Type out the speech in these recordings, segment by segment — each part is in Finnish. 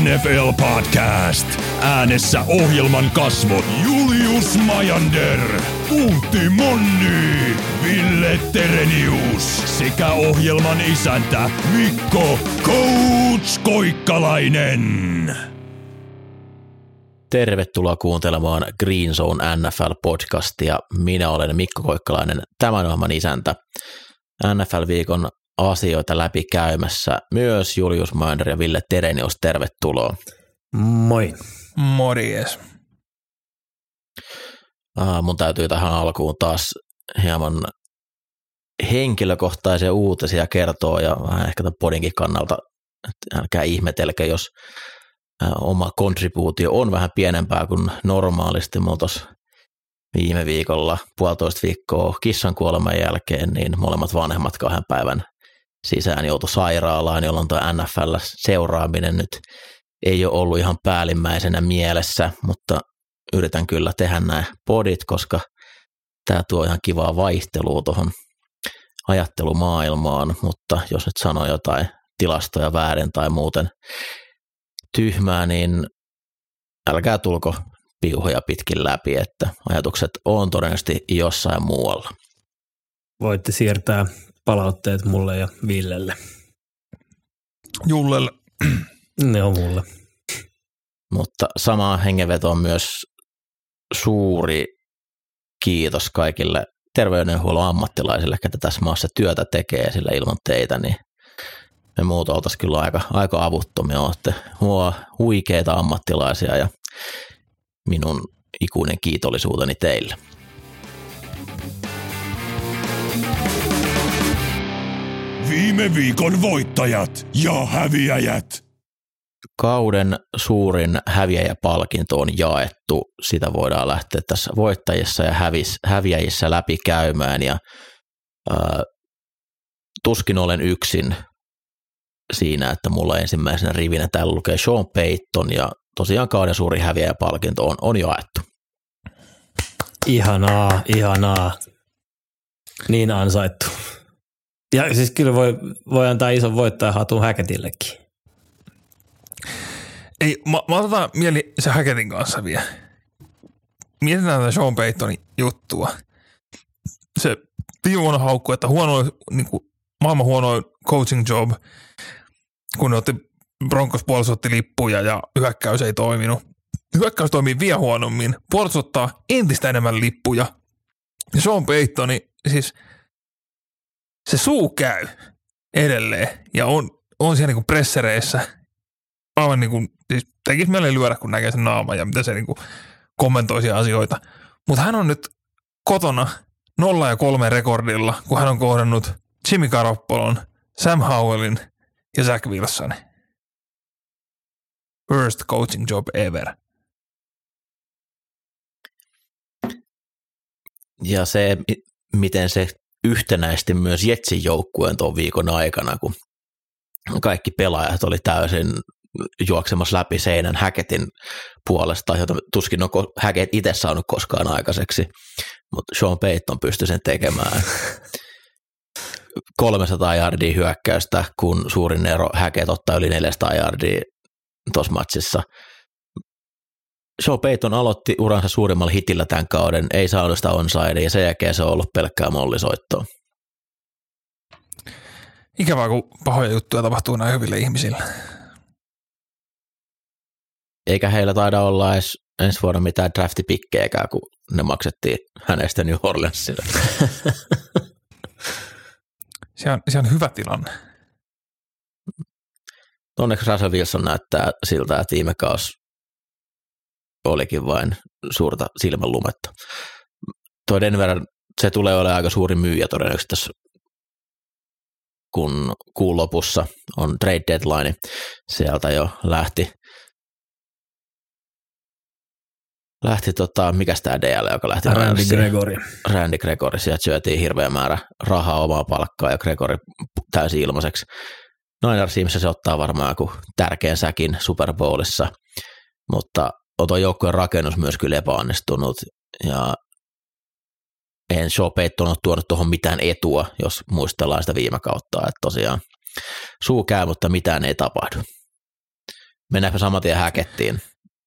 NFL Podcast. Äänessä ohjelman kasvot Julius Majander, Puhti Monni, Ville Terenius sekä ohjelman isäntä Mikko Coach Koikkalainen. Tervetuloa kuuntelemaan Green Zone NFL-podcastia. Minä olen Mikko Koikkalainen, tämän ohjelman isäntä. NFL-viikon asioita läpi käymässä myös Julius Majander ja Ville Terenius. Tervetuloa. Moi. Morjes. Mun täytyy tähän alkuun taas hieman henkilökohtaisia uutisia kertoa ja vähän ehkä tämän podinkin kannalta, että älkää ihmetelkö, jos oma kontribuutio on vähän pienempää kuin normaalisti. Mulla tuossa viime viikolla 1,5 viikkoa kissan kuoleman jälkeen, niin molemmat vanhemmat 2 päivän sisään joutui sairaalaan, jolloin tuo NFL-seuraaminen nyt ei ole ollut ihan päällimmäisenä mielessä, mutta yritän kyllä tehdä nämä podit, koska tämä tuo ihan kivaa vaihtelua tuohon ajattelumaailmaan, mutta jos nyt sanoo jotain tilastoja väärin tai muuten tyhmää, niin älkää tulko piuhoja pitkin läpi, että ajatukset on todennäköisesti jossain muualla. Voitte siirtää palautteet mulle ja Villelle. Jullelle. Ne on mulle. Mutta samaan hengenvetoon myös suuri kiitos kaikille terveydenhuollon ammattilaisille, ketä tässä maassa työtä tekee, sillä ilman teitä, niin me muut oltaisiin kyllä aika avuttomia. Olette huikeita ammattilaisia ja minun ikuinen kiitollisuuteni teille. Viime viikon voittajat ja häviäjät. Kauden suurin häviäjäpalkinto on jaettu. Sitä voidaan lähteä tässä voittajissa ja häviäjissä läpi käymään. Ja, tuskin olen yksin siinä, että mulla ensimmäisenä rivinä täällä lukee Sean Payton ja tosiaan kauden suuri häviäjäpalkinto on jaettu. Ihanaa. Niin ansaittu. Ja siis kyllä voi antaa ison voittajahatun Hackettillekin. Ei, mä otetaan mieli se Hackettin kanssa vielä. Mietitään tätä Sean Paytonin juttua. Se viime vuonna haukkui, että maailman huonoin coaching job, kun ne otti Broncos puolustus otti lippuja ja hyökkäys ei toiminut. Hyökkäys toimii vielä huonommin. Puolustus ottaa entistä enemmän lippuja. Ja Sean Paytoni, siis se suu käy edelleen ja on siellä niinku pressereissä. Aivan niinku, siis tekisi mieleen lyödä, kun näkee sen naaman ja mitä se niinku kommentoisia asioita. Mutta hän on nyt kotona 0-3 rekordilla, kun hän on kohdannut Jimmy Garoppolon, Sam Howellin ja Zach Wilsonin. Worst coaching job ever. Ja se, miten se yhtenäisesti myös Jetsin joukkueen tuon viikon aikana, kun kaikki pelaajat oli täysin juoksemassa läpi seinän Hackettin puolesta, jota tuskin on Hackett itse saanut koskaan aikaiseksi, mutta Sean Payton pystyi sen tekemään. 300 yardia hyökkäystä, kun suurin ero Hackett ottaa yli 400 yardia tuossa matsissa. Sean Payton aloitti uransa suurimmalla hitillä tämän kauden, ei saanut sitä onsidea ja sen jälkeen se on ollut pelkkää mollisoittoa. Ikävää, kun pahoja juttuja tapahtuu näin hyville ihmisille. Eikä heillä taida olla edes ensi vuonna mitään draftipikkejäkään, kun ne maksettiin hänestä New Orleansille. Se on hyvä tilanne. Onneksi Russell Wilson näyttää siltä, että viime kausi olikin vain suurta silmänlumetta. Tuo Denver, se tulee olemaan aika suuri myyjä todennäköisesti tässä, kun kuun lopussa on trade deadline, sieltä jo lähti mikäs tämä DL, joka lähti Randy Gregory, sieltä syötiin hirveä määrä rahaa omaa palkkaa ja Gregory täysin ilmaiseksi. Niners-tiimissä se ottaa varmaan joku tärkeän säkin Super Bowlissa, mutta on tuo joukkueen rakennus myös kyllä epäonnistunut ja en Sean Payton ole tuonut tuohon mitään etua, jos muistellaan sitä viime kautta, että tosiaan suu käy, mutta mitään ei tapahdu. Mennäänkö saman tien Hacketttiin?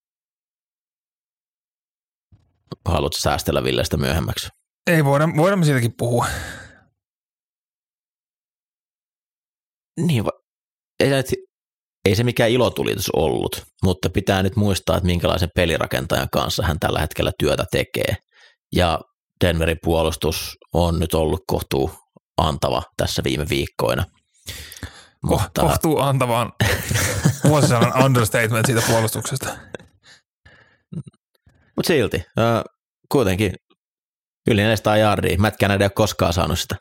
Haluatko säästellä Villestä myöhemmäksi? Ei, voidaan me siitäkin puhua. Niin, ei se mikään ilotulitus ollut, mutta pitää nyt muistaa, että minkälaisen pelirakentajan kanssa hän tällä hetkellä työtä tekee. Ja Denverin puolustus on nyt ollut kohtuu antava tässä viime viikkoina. Kohtuu antavaan vuosisadan understatement siitä puolustuksesta. Mutta silti, kuitenkin yli 400 yardia. Matt Canada ei ole koskaan saanut sitä.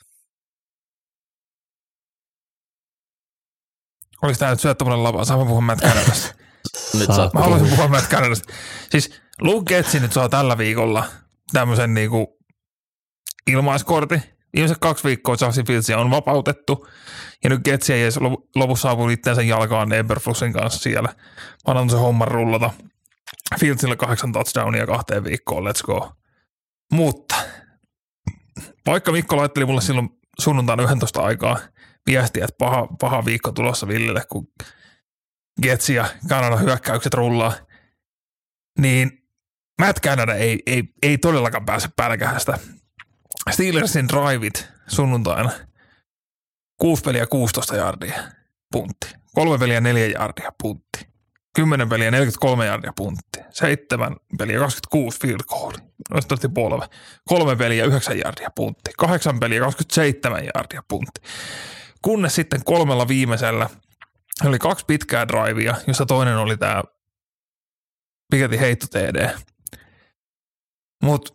Oliko tämä nyt syöttämällä lapa? Saanko puhua Matt Canadasta? Mä haluaisin puhua Matt Canadasta. Siis Luke Getzi nyt saa tällä viikolla tämmöisen niinku ilmaiskortin. Viimeiset 2 viikkoa Justin Fieldsia on vapautettu. Ja nyt Getzi ei edes lopussa saapunut itseänsä jalkaan Eberflussin kanssa siellä. Mä annan sen homman rullata. Fieldsille 8 touchdownia 2 viikkoon, let's go. Mutta vaikka Mikko laitteli mulle silloin sunnuntaina 11 aikaa viestiä, että paha viikko tulossa Villelle, kun Getzi ja Kanadan hyökkäykset rullaa, niin Matt Canada ei todellakaan pääse pälkähästä. Steelersin driveit sunnuntaina 6 peliä 16 yardia, puntti. 3 peliä 4 yardia, puntti. 10 peliä 43 yardia, puntti. 7 peliä 26 field goal. Noista otti polve. 3 peliä 9 yardia, puntti. 8 peliä 27 yardia, puntti. Kunnes sitten 3 viimeisellä oli 2 pitkää drivea, jossa toinen oli tämä Piketin heitto TD. Mut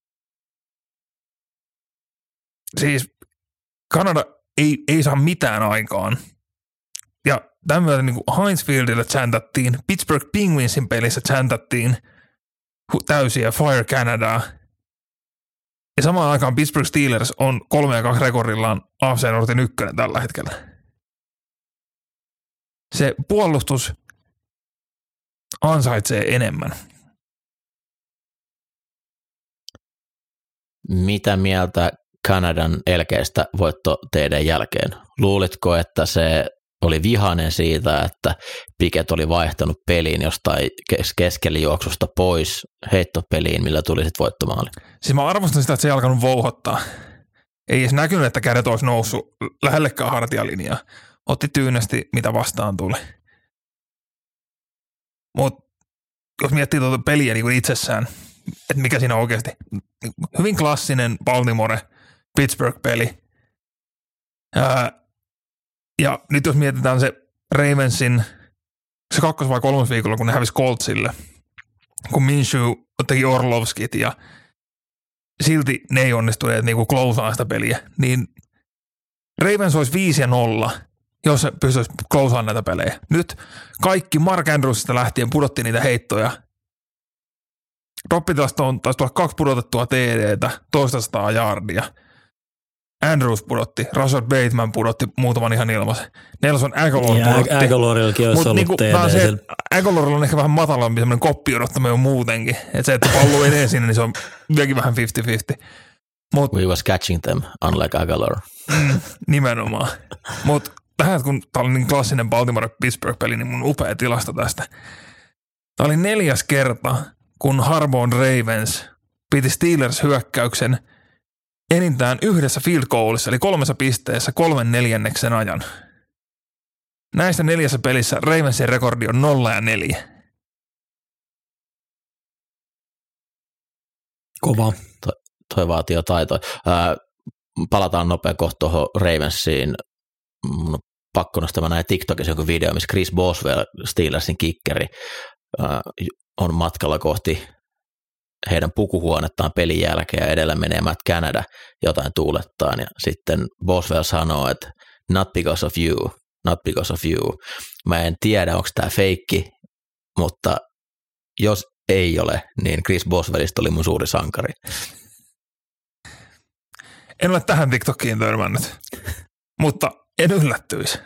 siis Kanada ei saa mitään aikaan. Ja tämän myötä niin Heinz Fieldillä chantattiin, Pittsburgh Penguinsin pelissä chantattiin täysiä Fire Canadaa. Ja samaan aikaan Pittsburgh Steelers on 3-2 rekordillaan AFC Northin 1 tällä hetkellä. Se puolustus ansaitsee enemmän. Mitä mieltä Kanadan elkeistä voitto teidän jälkeen? Luulitko, että se oli vihainen siitä, että Pickett oli vaihtanut peliin jostain keskelijuoksusta pois heittopeliin, millä tuli sitten voittomaali? Siis mä arvostan sitä, että se ei alkanut vouhottaa. Ei edes näkynyt, että kädet olisi noussut lähellekään hartialinjaa. Otti tyynesti, mitä vastaan tuli. Mutta jos miettii tuota peliä niin kuin itsessään, että mikä siinä on oikeasti. Hyvin klassinen Baltimore-Pittsburgh-peli. Ja nyt jos mietitään se Ravensin, se 2. vai 3. viikolla, kun ne hävisi Coltsille, kun Minshew teki Orlovskit ja silti ne ei onnistuneet niinku closaan sitä peliä, niin Ravens olisi 5-0, jos se pystyisi closaan näitä pelejä. Nyt kaikki Mark Andrewsista lähtien pudotti niitä heittoja. Droppitilastoon taisi tulla 2 pudotettua TD:tä, 200 yardia. Andrews pudotti, Rashad Bateman pudotti muutaman ihan ilmaisen. Nelson Aguilar pudotti. Agolorillakin olisi ollut niinku, TD. Aguilarilla on ehkä vähän matalampi semmoinen koppi odottaminen muutenkin. Että se, että pallo menee sinne, niin se on vieläkin vähän 50-50. We was catching them, unlike Aguilar. Nimenomaan. Mutta tähän, kun tämä oli niin klassinen Baltimore-Pittsburgh-peli, niin mun upea tilasto tästä. Tämä oli 4. kerta, kun Harbaugh Ravens piti Steelers-hyökkäyksen enintään yhdessä field goalissa, eli 3 pisteessä 3/4 ajan. Näistä 4 pelissä Ravensin rekordi on 0-4. Kova. Toi vaatii jo taitoa. Palataan nopea kohta tuohon Ravensiin. Mun on pakko nostaa näin TikTokissa joku video, missä Chris Boswell, Steelersin kikkeri, on matkalla kohti heidän pukuhuonettaan pelin jälkeen ja edellä menee Matt Canada jotain tuulettaan ja sitten Boswell sanoo, että not because of you, not because of you. Mä en tiedä, onko tämä feikki, mutta jos ei ole, niin Chris Boswellista oli mun suuri sankari. En ole tähän TikTokiin törmännyt, mutta en yllättyisi.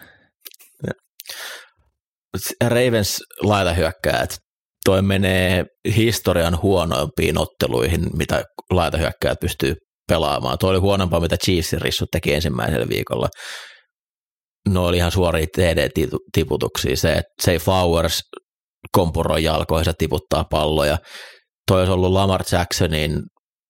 Ravens laitahyökkäät. Toi menee historian huonoimpiin otteluihin, mitä laitahyökkäät pystyy pelaamaan. Toi oli huonompaa, mitä Chiefsin rissut teki ensimmäisellä viikolla. No oli ihan suoria TD-tiputuksia. Se, että Zay Flowers kompuroi jalkoihin ja tiputtaa palloja. Toi olisi ollut Lamar Jacksonin,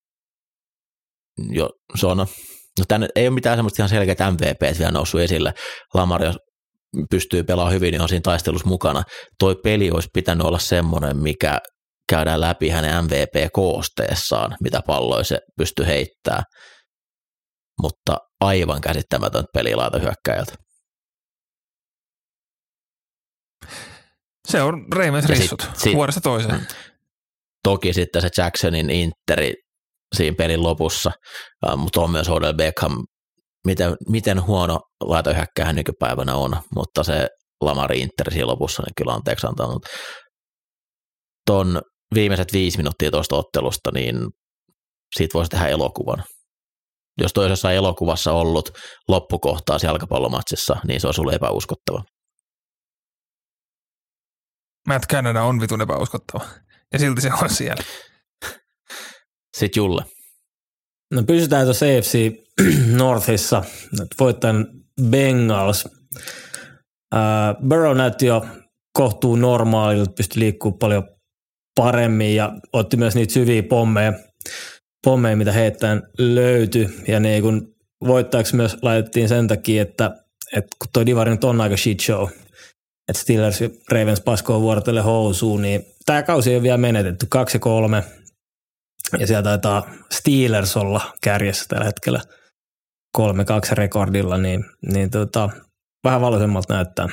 se on, tänne ei ole mitään semmoista ihan selkeää MVP:tä vielä noussut esille. Lamar, jos pystyy pelaamaan hyvin, niin on siinä taistelussa mukana. Toi peli olisi pitänyt olla semmoinen, mikä käydään läpi hänen MVP-koosteessaan, mitä palloja se pystyy heittämään. Mutta aivan käsittämätön peli laitahyökkäjältä. Se on Ravens rissut vuodesta toiseen. Toki sitten se Jacksonin interi siinä pelin lopussa, mutta on myös Odell Beckham, miten huono laitahyökkäjä hän nykypäivänä on, mutta se Lamarin interi siinä lopussa, niin kyllä anteeksi antanut. Ton viimeiset 5 minuuttia tuosta ottelusta, niin siitä voisi tehdä elokuvan. Jos toi jossain elokuvassa ollut loppukohtaus jalkapallomatsissa, niin se olisi ollut epäuskottava. Matt Canada on vitun epäuskottava. Ja silti se on siellä. Sitten Julle. No pysytään tuossa AFC Northissa. Voittajan Bengals. Burrow näytti jo kohtuu normaalilta, pystyi liikkumaan paljon paremmin ja otti myös niitä syviä pommeja, mitä heittäen löytyi. Ja niin kun voittajaksi myös laitettiin sen takia, että kun toi divari nyt on aika shit show, että Steelers ja Ravens paskoo vuorotelle housuun, niin tämä kausi on vielä menetetty 2-3. Ja siellä taitaa Steelers olla kärjessä tällä hetkellä 3-2 rekordilla, niin vähän valoisemmalta näyttää.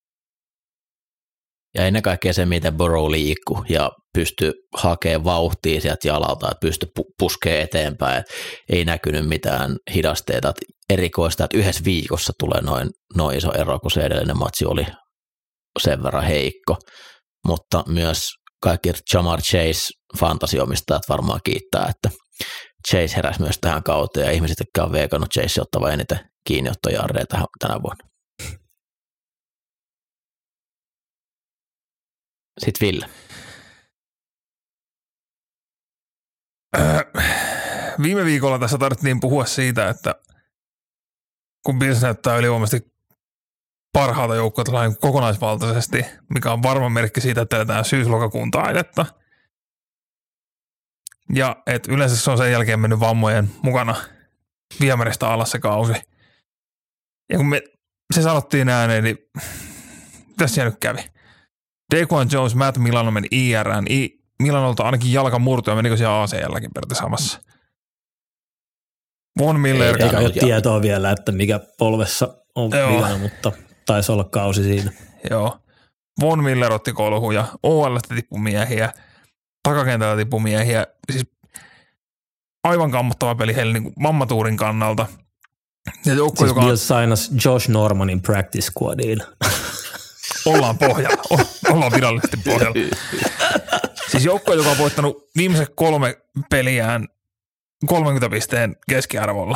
Ja ennen kaikkea se, miten Burrow liikkuu ja pystyy hakemaan vauhtia sieltä jalalta, että pystyy puskemaan eteenpäin. Että ei näkynyt mitään hidasteita. Että erikoista, että yhdessä viikossa tulee noin iso ero, kun se edellinen matsi oli sen verran heikko. Mutta myös kaikki Jamar Chase-fantasiomistajat varmaan kiittää, että Chase heräsi myös tähän kauteen ja ihmiset, jotka on veikannut Chase ottava eniten kiinniottojarreja tänä vuonna. Sitten Ville. Viime viikolla tässä tarvittiin puhua siitä, että kun Bills näyttää ylivoimaisesti parhaalta joukkoilta kokonaisvaltaisesti, mikä on varma merkki siitä, että eletään syys-lokakuun taidetta. Ja että yleensä se on sen jälkeen mennyt vammojen mukana viemäristä alas se kausi. Ja kun se sanottiin ääneen, niin tässä siellä nyt kävi. Daquan Jones, Matt Milano meni IR:ään. Milanolta ainakin jalka murtui ja menikö siellä ACL:läkin periaatteessa samassa. Von Miller. Eikä ole tietoa vielä, että mikä polvessa on vikana, mutta taisi olla kausi siinä. Joo. Von Miller otti kolhuja, OL:stä tippui miehiä, takakentällä tippui miehiä. Siis aivan kammottava peli heille niin mammatuurin kannalta. Ja joukko, siis joka Bills sainas Josh Normanin practice squadiin. Ollaan pohjalla. Ollaan virallisesti pohjalla. Siis joukko, joka on voittanut viimeiset 3 peliään 30 pisteen keskiarvolla.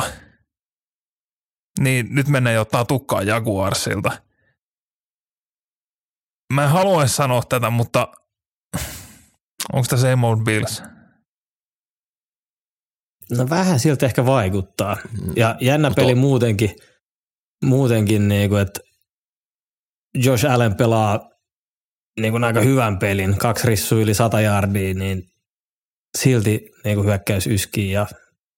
Niin nyt mennään ja ottaa tukkaa Jaguarsilta. Mä en haluaisi sanoa tätä, mutta onko tämä same old Bills? No vähän siltä ehkä vaikuttaa. Ja jännä peli muutenkin niin kuin, että Josh Allen pelaa niin kuin aika hyvän pelin, 2 rissua yli 100 yardia, niin silti niin kuin hyökkäys yskii ja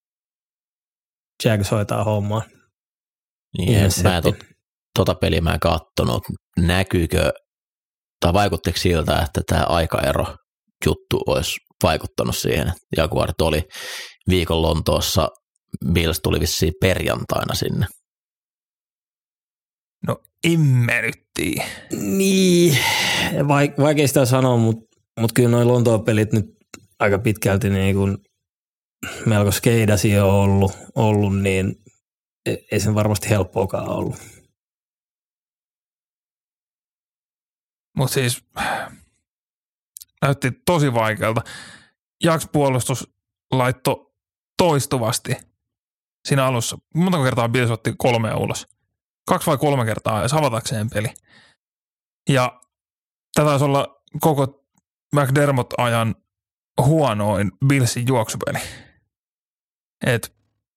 Jags hoitaa hommaa. Niin, mä tota peliä mä en kattonut. Näkyykö, tai vaikuttiko siltä, että tämä aikaero juttu olisi vaikuttanut siihen? Jaguarit oli viikon Lontoossa, Bills tuli vissiin perjantaina sinne. No immeryttiin. Niin, vaikea sitä sanoa, mutta kyllä noi Lontoon pelit nyt aika pitkälti niin kuin melko skeidasia on ollut, niin ei sen varmasti helppoakaan ollut. Mutta siis näytti tosi vaikealta. Jaks-puolustus laittoi toistuvasti siinä alussa. Montako kertaa Bills otti 3 ulos? 2 vai 3 kertaa edes avatakseen peli. Ja tätä taisi olla koko McDermott-ajan huonoin Billsin juoksupeli. Et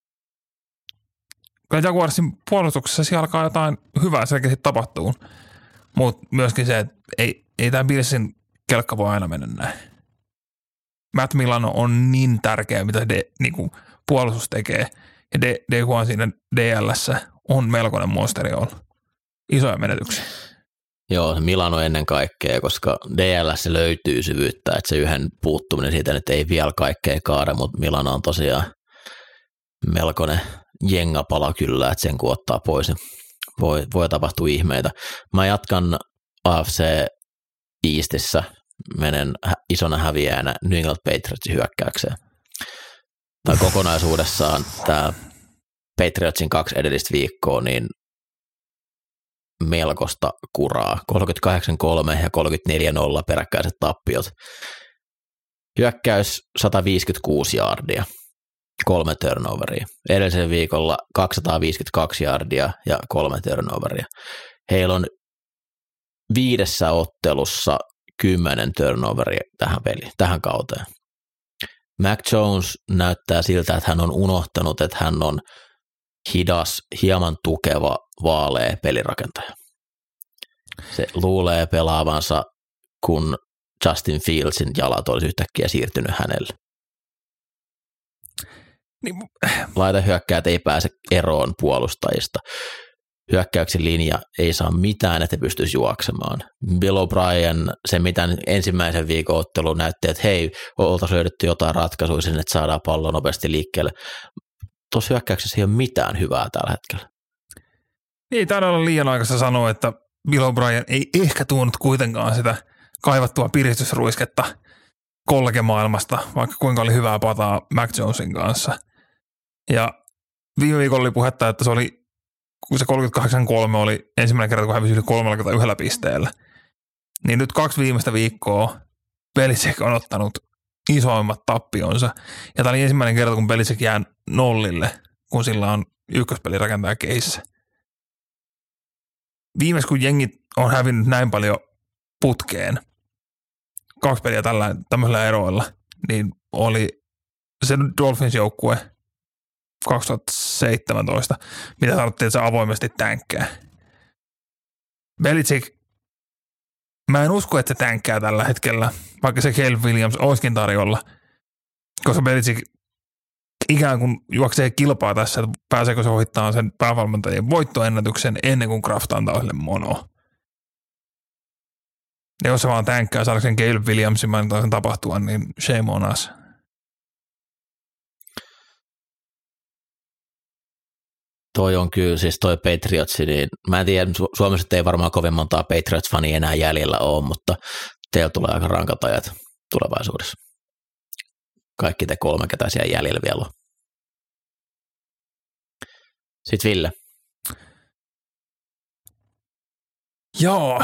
kyllä Jaguarsin puolustuksessa siellä alkaa jotain hyvää selkeästi tapahtuu. Mutta myöskin se, että ei tämä Billsin kelkka voi aina mennä näin. Matt Milano on niin tärkeä, mitä niinku puolustus tekee. Ja De Juan siinä DL:ssä on melkoinen monsteri ollut. Isoja menetyksiä. Joo, Milano ennen kaikkea, koska DL:ssä löytyy syvyyttä, että se yhden puuttuminen siitä nyt ei vielä kaikkea kaada, mutta Milano on tosiaan melkoinen jengapala kyllä, että sen kun ottaa pois, niin voi tapahtua ihmeitä. Mä jatkan AFC Eastissä, menen isona häviäjänä New England Patriotsin hyökkäykseen. Tai kokonaisuudessaan tämä Patriotsin 2 edellistä viikkoa, niin melkoista kuraa. 38-3 ja 34-0 peräkkäiset tappiot. Hyökkäys 156 yardia, 3 turnoveria. Edellisen viikolla 252 yardia ja 3 turnoveria. Heillä on 5 ottelussa 10 turnoveria tähän kauteen. Mac Jones näyttää siltä, että hän on unohtanut, että hän on hidas, hieman tukeva, vaalea pelirakentaja. Se luulee pelaavansa, kun Justin Fieldsin jalat olisi yhtäkkiä siirtynyt hänelle. Laitahyökkäät ei pääse eroon puolustajista. Hyökkäyksen linja ei saa mitään, että pystyisi juoksemaan. Bill O'Brien, se mitä ensimmäisen viikon ottelu näytti, että hei, oltaisiin löydetty jotain ratkaisuja sinne, että saadaan pallo nopeasti liikkeelle. Tuossa hyökkäyksessä ei ole mitään hyvää tällä hetkellä. Ei taida olla liian aikaista sanoa, että Bill O'Brien ei ehkä tuonut kuitenkaan sitä kaivattua piristysruisketta kollegemaailmasta, vaikka kuinka oli hyvää pataa Mac Jonesin kanssa. Ja viime viikolla oli puhetta, että se oli, kun se 38-3 oli ensimmäinen kerta, kun hävisi yli 31 pisteellä, niin nyt 2 viimeistä viikkoa Belichick on ottanut isoimmat tappionsa. Ja tämä oli ensimmäinen kerta, kun Belichick jää nollille, kun sillä on ykköspelirakentaja keissä. Viimeis, kun jengit on hävinnyt näin paljon putkeen, 2 peliä tämmöisillä eroilla, niin oli se Dolphins-joukkue 2017, mitä sanottiin, että se avoimesti tänkkää. Belichick, mä en usko, että se tänkkää tällä hetkellä, vaikka se Caleb Williams olisikin tarjolla, koska Belichick ikään kuin juoksee kilpaa tässä, että pääseekö se ohittaa sen päävalmentajien voittoennätyksen ennen kuin Kraft antaa sille monoa. Ja jos se vaan tänkkää saadakseen Caleb Williamsin mainita sen tapahtua, niin shame on us. Toi on kyllä, siis toi Patriots, niin mä en tiedä, Suomessa ei varmaan kovin montaa Patriots-fania enää jäljellä ole, mutta teillä tulee aika rankat ajat tulevaisuudessa. Kaikki te 3, ketä siellä jäljellä vielä on. Sitten Ville. Joo,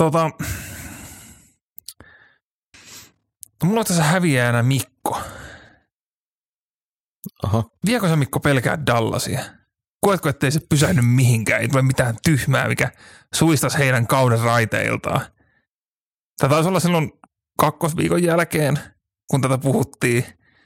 mulla on tässä häviäjänä Mikko. Oho. Viekö sä Mikko pelkää Dallasia? Koetko, ettei se pysähdy mihinkään? Ei tule mitään tyhmää, mikä suistaisi heidän kauden raiteiltaan. Tämä taisi olla silloin 2. viikon jälkeen, kun tätä puhuttiin.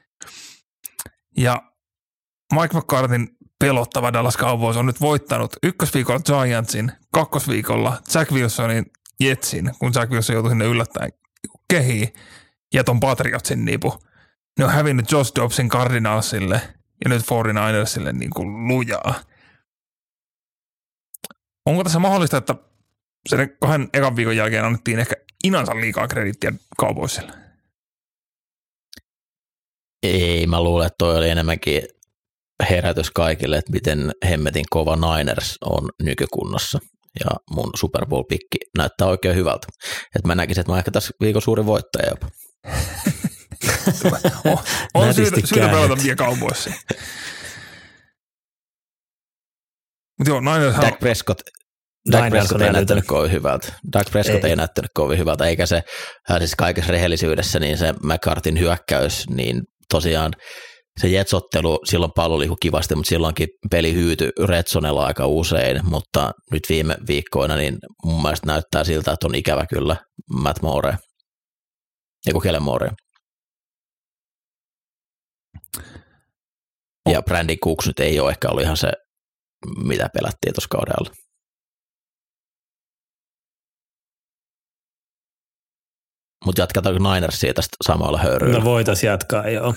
Ja Mike McCarthyn pelottava Dallas Cowboys on nyt voittanut 1. viikolla Giantsin, 2. viikolla Jack Wilsonin Jetsin, kun Jack Wilson joutui sinne yllättäen kehiin, ja ton Patriotsin nipu. Ne on hävinnyt Josh Dobbsin Cardinalsille ja nyt 49ersille niin kuin lujaa. Onko tässä mahdollista, että sen 2 ekan viikon jälkeen annettiin ehkä inansa liikaa krediittiä Cowboysille? Ei, mä luulen, että toi oli enemmänkin herätys kaikille, että miten hemmetin kova Niners on nykykunnossa. Ja mun Super Bowl-pikki näyttää oikein hyvältä. Että mä näkisin, että mä oon ehkä tässä viikon suuri voittaja jopa. On syytä pelata vielä Cowboysia. Mutta joo, Niners... Dak Prescott ei näyttänyt kovin hyvältä. Dak Prescott ei näyttänyt kovin hyvältä, eikä se siis kaikessa rehellisyydessä, niin se McCarthyn hyökkäys, niin tosiaan se Jets-ottelu, silloin pallo liikkui kivasti, mutta silloinkin peli hyytyi Redsonella aika usein, mutta nyt viime viikkoina niin mun mielestä näyttää siltä, että on ikävä kyllä Matt Moore, eiku Kellen Moore. Ja Brandon Cooks nyt ei ole ehkä ollut ihan se, mitä pelättiin tuossa kaudella. Mutta jatketaanko Ninersia tästä samalla höyryllä? No voitaisiin jatkaa, joo.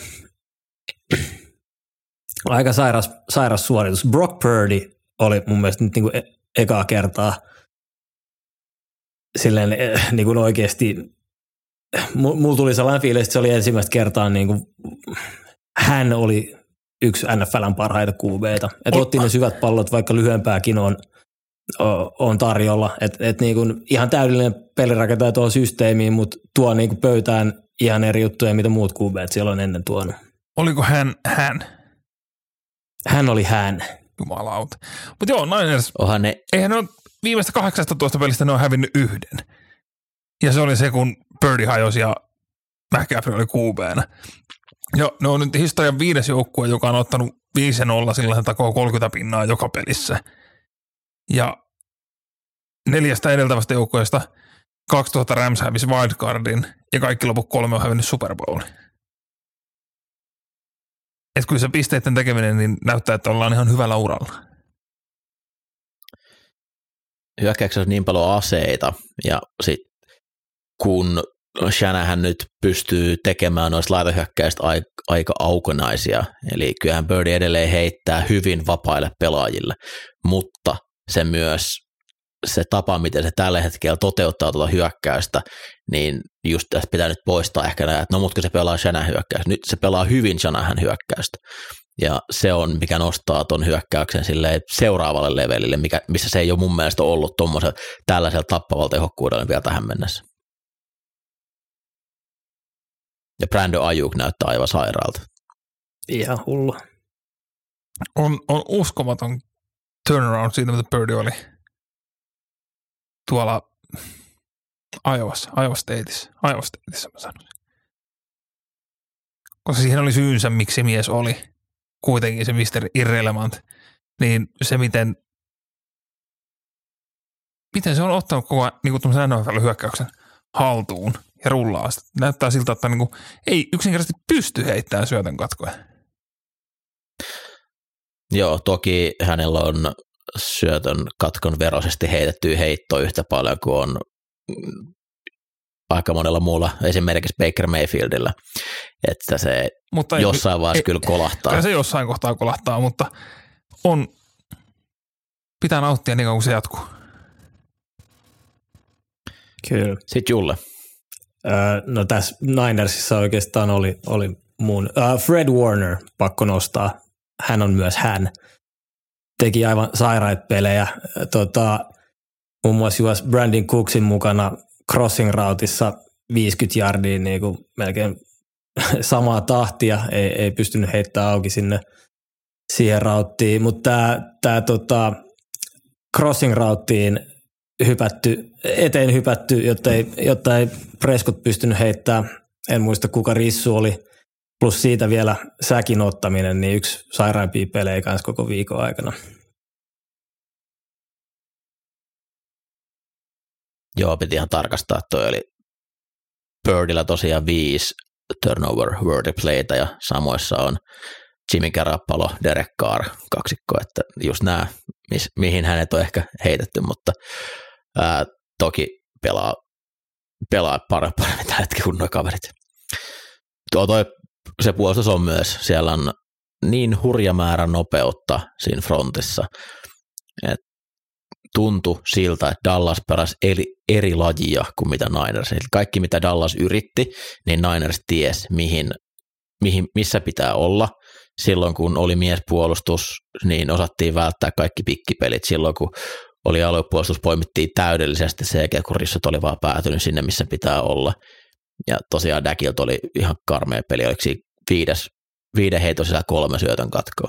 Aika sairas suoritus. Brock Purdy oli mun mielestä nyt niin kuin ekaa kertaa silleen niin kuin oikeasti, mulla tuli sellainen fiilis, että se oli ensimmäistä kertaa niin kuin, hän oli yksi NFL:n parhaita QB:tä. Että otti ne syvät pallot, vaikka lyhyempääkin on tarjolla. Et niin kuin ihan täydellinen pelirakentaja tuohon systeemiin, mutta tuo niin kuin pöytään ihan eri juttuja, mitä muut QB:t siellä on ennen tuonut. Oliko hän? Hän oli hän. Jumalauta. Mutta joo, Niners, eihän ne ole viimeistä 18 pelistä ne on hävinnyt yhden. Ja se oli se, kun Purdy hajosi ja McCaffrey oli QB:nä. Joo, ne on nyt historian 5. joukkue, joka on ottanut 5-0, sillä hän takoo 30 pinnaa joka pelissä. Ja 4 edeltävästä joukkueesta 2000 Rams hävisi wildcardin ja kaikki loput 3 on hävinnyt Super Bowlin. Että kyllä se pisteiden tekeminen niin näyttää, että ollaan ihan hyvällä uralla. Hyökkäyksessä on niin paljon aseita ja sitten kun Shanahan nyt pystyy tekemään noista laitahyökkäistä aika aukonaisia, eli kyllähän Purdy edelleen heittää hyvin vapaille pelaajille, mutta se myös se tapa, miten se tällä hetkellä toteuttaa tuota hyökkäystä, niin just tässä pitää nyt poistaa ehkä näin, että no mutta se pelaa Shanahan hyökkäystä. Nyt se pelaa hyvin Shanahan hyökkäystä. Ja se on, mikä nostaa ton hyökkäyksen silleen seuraavalle levelille, missä se ei ole mun mielestä ollut tuommoisella tällaisella tappavalta tehokkuudella vielä tähän mennessä. Ja Brandon Ayuk näyttää aivan sairaalta. Ihan hullu. On uskomaton turnaround siitä, mitä Purdy oli tuolla Iowa Stateissa mä sanoisin. Koska siihen oli syynsä, miksi mies oli kuitenkin se Mr. Irrelevant, niin se miten se on ottanut koko ajan niin tämmöisen NFL-hyökkäyksen haltuun ja rullaa sitä. Näyttää siltä, että niin kuin, ei yksinkertaisesti pysty heittämään syötön katkoja. Joo, toki hänellä on syötön katkon veroisesti heitettyä heittoa yhtä paljon kuin on aika monella muulla, esimerkiksi Baker Mayfieldillä, että se mutta jossain vaiheessa kyllä kolahtaa. Kyllä se jossain kohtaa kolahtaa, mutta pitää nauttia niin kauan kuin se jatkuu. Kyllä. Sitten Julle. No tässä Ninersissa oikeastaan oli mun Fred Warner pakko nostaa. Hän on myös hän. Teki aivan sairaita pelejä. Muun muassa juos Brandon Cooksin mukana crossing routissa 50 yardia niin kuin melkein samaa tahtia. Ei pystynyt heittämään auki sinne siihen rauttiin. Mutta tämä crossing routtiin eteen hypätty, jotta ei Prescott pystynyt heittämään. En muista kuka rissu oli. Plus siitä vielä säkin ottaminen, niin yksi sairaimpia pelejä kanssa koko viikon aikana. Joo, piti ihan tarkastaa. Toi oli Purdyllä tosiaan 5 turnover worthy playtä ja samoissa on Jimmy Garoppolo, Derek Carr kaksikko, että just nämä, mihin hänet on ehkä heitetty, mutta toki pelaa paremmin tällä hetkellä kuin nuo kaverit. Se puolustus on myös, siellä on niin hurja määrä nopeutta siinä frontissa, että tuntui siltä, että Dallas peräsi eri lajia kuin mitä Niners. Eli kaikki mitä Dallas yritti, niin Niners ties missä pitää olla. Silloin kun oli miespuolustus, niin osattiin välttää kaikki pikkipelit. Silloin kun oli aluepuolustus, poimittiin täydellisesti sen jälkeen, kun rissut oli vaan päätynyt sinne, missä pitää olla. Ja tosiaan Dakilta oli ihan karmea peli, oliko siinä 5 heiton sisään 3 syötön katkoa.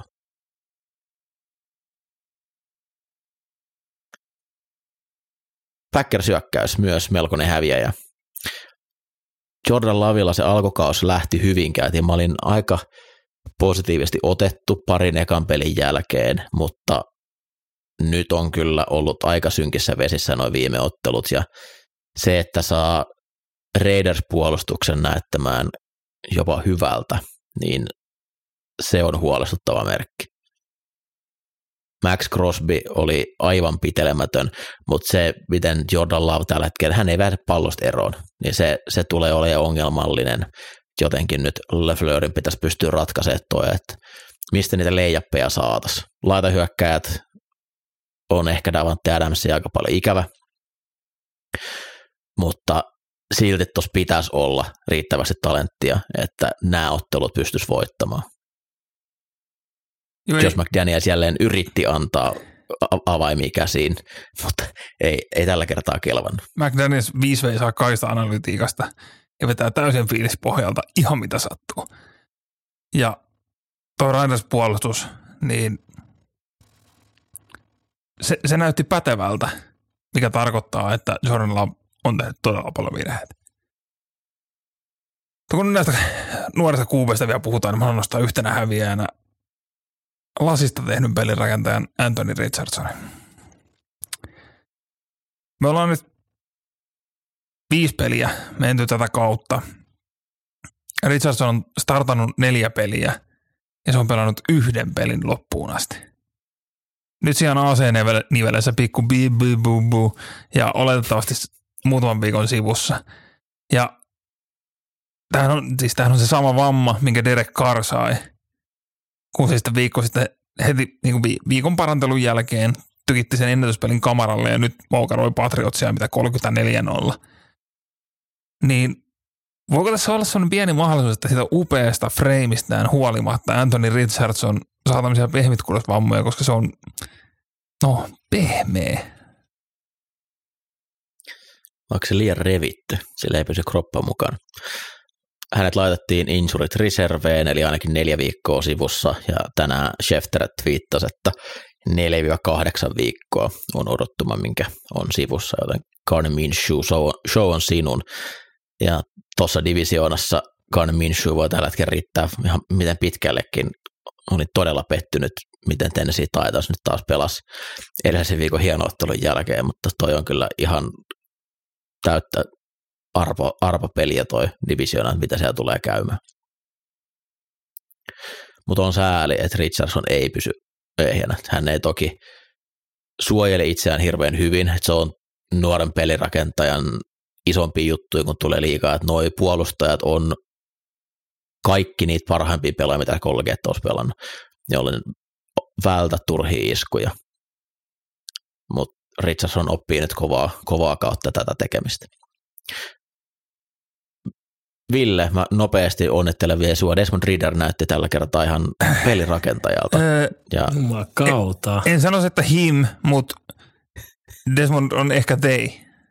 Packers-hyökkäys myös melkoinen häviäjä. Jordan Lovella se alkukausi lähti hyvin, käytiin. Mä olin aika positiivisesti otettu parin ekan pelin jälkeen, mutta nyt on kyllä ollut aika synkissä vesissä nuo viime ottelut ja se, että saa Raiders-puolustuksen näyttämään jopa hyvältä, niin se on huolestuttava merkki. Max Crosby oli aivan pitelemätön, mutta se, miten Jordan Love tällä hetkellä, hän ei pääse pallosta eroon, niin se tulee olemaan ongelmallinen. Jotenkin nyt Lafleurin pitäisi pystyä ratkaisemaan toi, että mistä niitä leijappeja saataisiin. Laitahyökkäjät on ehkä Davante Adamsia aika paljon ikävä, mutta silti tuossa pitäisi olla riittävästi talenttia, että nämä ottelut pystyisi voittamaan. Josh McDaniels jälleen yritti antaa avaimia käsiin, mutta ei tällä kertaa kelvannut. McDaniels 5 veisaa kaikista analytiikasta ja vetää täysin fiilispohjalta ihan mitä sattuu. Ja tuo Raiders-puolustus, niin se näytti pätevältä, mikä tarkoittaa, että Jordan Love on tehnyt todella paljon virheitä. Kun näistä nuorista kuubeista vielä puhutaan, niin mä haluan nostaa yhtenä häviäjänä lasista tehnyt pelirakentajan Anthony Richardson. Me ollaan nyt 5 peliä menty tätä kautta. Richardson on startannut 4 peliä ja se on pelannut 1 pelin loppuun asti. Nyt siellä on AC-nivelessä pikku buu ja oletettavasti muutaman viikon sivussa. Ja tämähän on se sama vamma, minkä Derek Carr sai, kun se sitten viikko sitten heti niin kuin viikon parantelun jälkeen tykitti sen ennätyspelin kamaralle ja nyt moukaroi Patriotsia mitä 34-0. Niin voiko tässä olla sellainen pieni mahdollisuus, että siitä upeasta freimistään huolimatta Anthony Richardson saa tämmöisiä pehmitkulosvammoja, koska se on pehmeä. Onko se liian revitty? Sillä ei pysy kroppa mukaan. Hänet laitettiin injured reserveen, eli ainakin 4 viikkoa sivussa, ja tänään Schefter twiittasi, että 4-8 viikkoa on odottuma, minkä on sivussa, joten Gardner Minshew, show on sinun. Ja tuossa divisioonassa Gardner Minshew voi tällä hetkellä riittää ihan miten pitkällekin. Olin todella pettynyt, miten Tennessee Titans nyt taas pelasi edellisen viikon hienoottelun jälkeen, mutta toi on kyllä ihan täyttä arvopeliä toi divisioona, mitä siellä tulee käymään. Mutta on sääli, että Richardson ei pysy ehjänä. Hän ei toki suojele itseään hirveän hyvin, että se on nuoren pelirakentajan isompi juttu, kun tulee liikaa, että noi puolustajat on kaikki niitä parhaimpia pelaajia, mitä kollegiat olisi pelannut, jolloin vältä turhia iskuja. Mutta Richardson oppii nyt kovaa kautta tätä tekemistä. Ville, mä nopeasti onnittelen vielä sua. Desmond Ridder näytti tällä kertaa ihan pelirakentajalta. Jumalauta. En sanoisi, että him, mutta Desmond on ehkä they.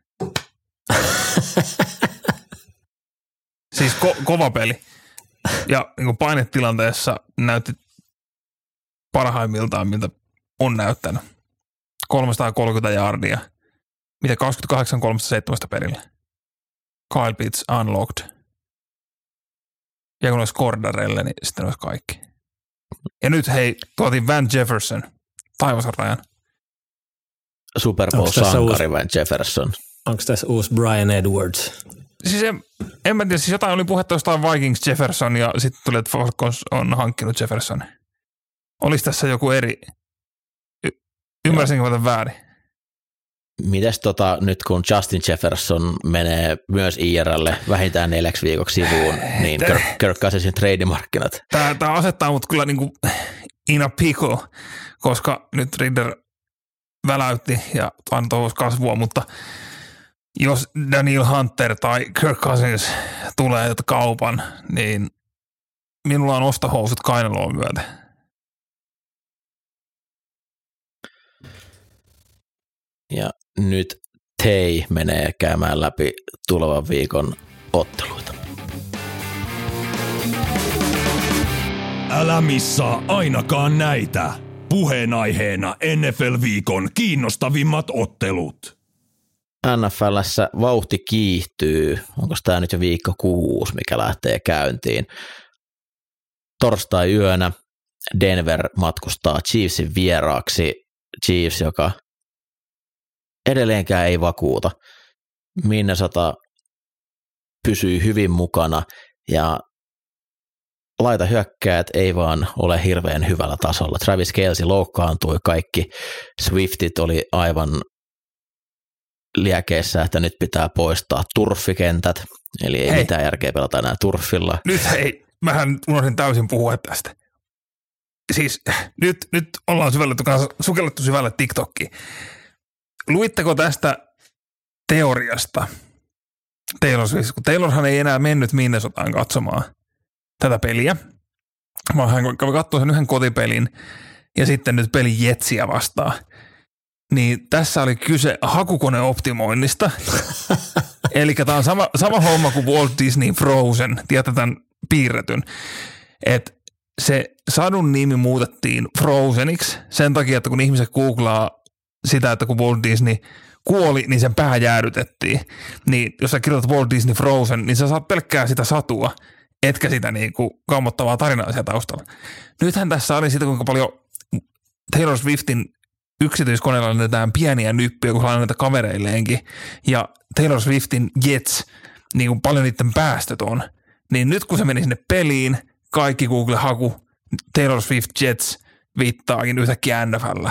Siis kova peli. Ja niin painetilanteessa näytti parhaimmiltaan, miltä on näyttänyt. 330 yardia. Mitä 28-37 perillä. Kyle Pitts unlocked. Ja kun olisi Cordarelle, niin sitten olisi kaikki. Ja nyt hei, tuotiin Van Jefferson. Taivas on rajan. Super Bowl-sankari Van Jefferson. Onko tässä uusi Brian Edwards? Siis en mä tiedä, siis jotain oli puhetta jostain Vikings Jefferson ja sitten tuli, että Falcons on hankkinut Jefferson. Olisi tässä joku eri, ymmärsinkö mä väärin? Mites nyt kun Justin Jefferson menee myös IR:lle vähintään 4 viikoksi sivuun, niin Kirk Cousinsin trade-markkinat. Tämä asettaa mut kyllä niinku in a pickle, koska nyt Ridder väläytti ja antoi kasvua, mutta jos Daniel Hunter tai Kirk Cousins tulee kaupan, niin minulla on ostohousut kainaloon myötä. Ja nyt Tei menee käymään läpi tulevan viikon otteluita. Älä missaa ainakaan näitä. Puheenaiheena NFL-viikon kiinnostavimmat ottelut. NFL:ssä vauhti kiihtyy. Onko tämä nyt jo viikko 6, mikä lähtee käyntiin? Torstai-yönä Denver matkustaa Chiefsin vieraaksi. Chiefs, joka edelleenkään ei vakuuta. Minnesota pysyy hyvin mukana ja laitahyökkäät ei vaan ole hirveän hyvällä tasolla. Travis Kelce loukkaantui, kaikki Swiftit oli aivan liekeissä, että nyt pitää poistaa turfikentät, eli ei mitään järkeä pelata enää turfilla. Nyt mähän unohdin täysin puhua tästä. Siis nyt ollaan sukellettu syvälle TikTokkiin. Luitteko tästä teoriasta? Taylorhan ei enää mennyt Minnesotaan katsomaan tätä peliä, vaan hän kävi katsoa sen yhden kotipelin ja sitten nyt peli Jetsiä vastaan. Niin tässä oli kyse hakukoneoptimoinnista. Eli tämä on sama homma kuin Walt Disney Frozen, tiedätte tämän piirretyn. Että se sadun nimi muutettiin Frozeniksi sen takia, että kun ihmiset googlaa sitä, että kun Walt Disney kuoli, niin sen pää jäädytettiin. Niin jos sä kirjoitat Walt Disney Frozen, niin sä saat pelkkää sitä satua, etkä sitä niinku kammottavaa tarinaa siellä taustalla. Nythän tässä oli sitä, kuinka paljon Taylor Swiftin yksityiskoneella lennetään pieniä nyppyjä, kun saa näitä kavereilleenkin. Ja Taylor Swiftin Jets, niin kuin paljon niiden päästöt on. Niin nyt kun se meni sinne peliin, kaikki Google-haku, Taylor Swift Jets viittaakin yhtäkkiä NFL:llä.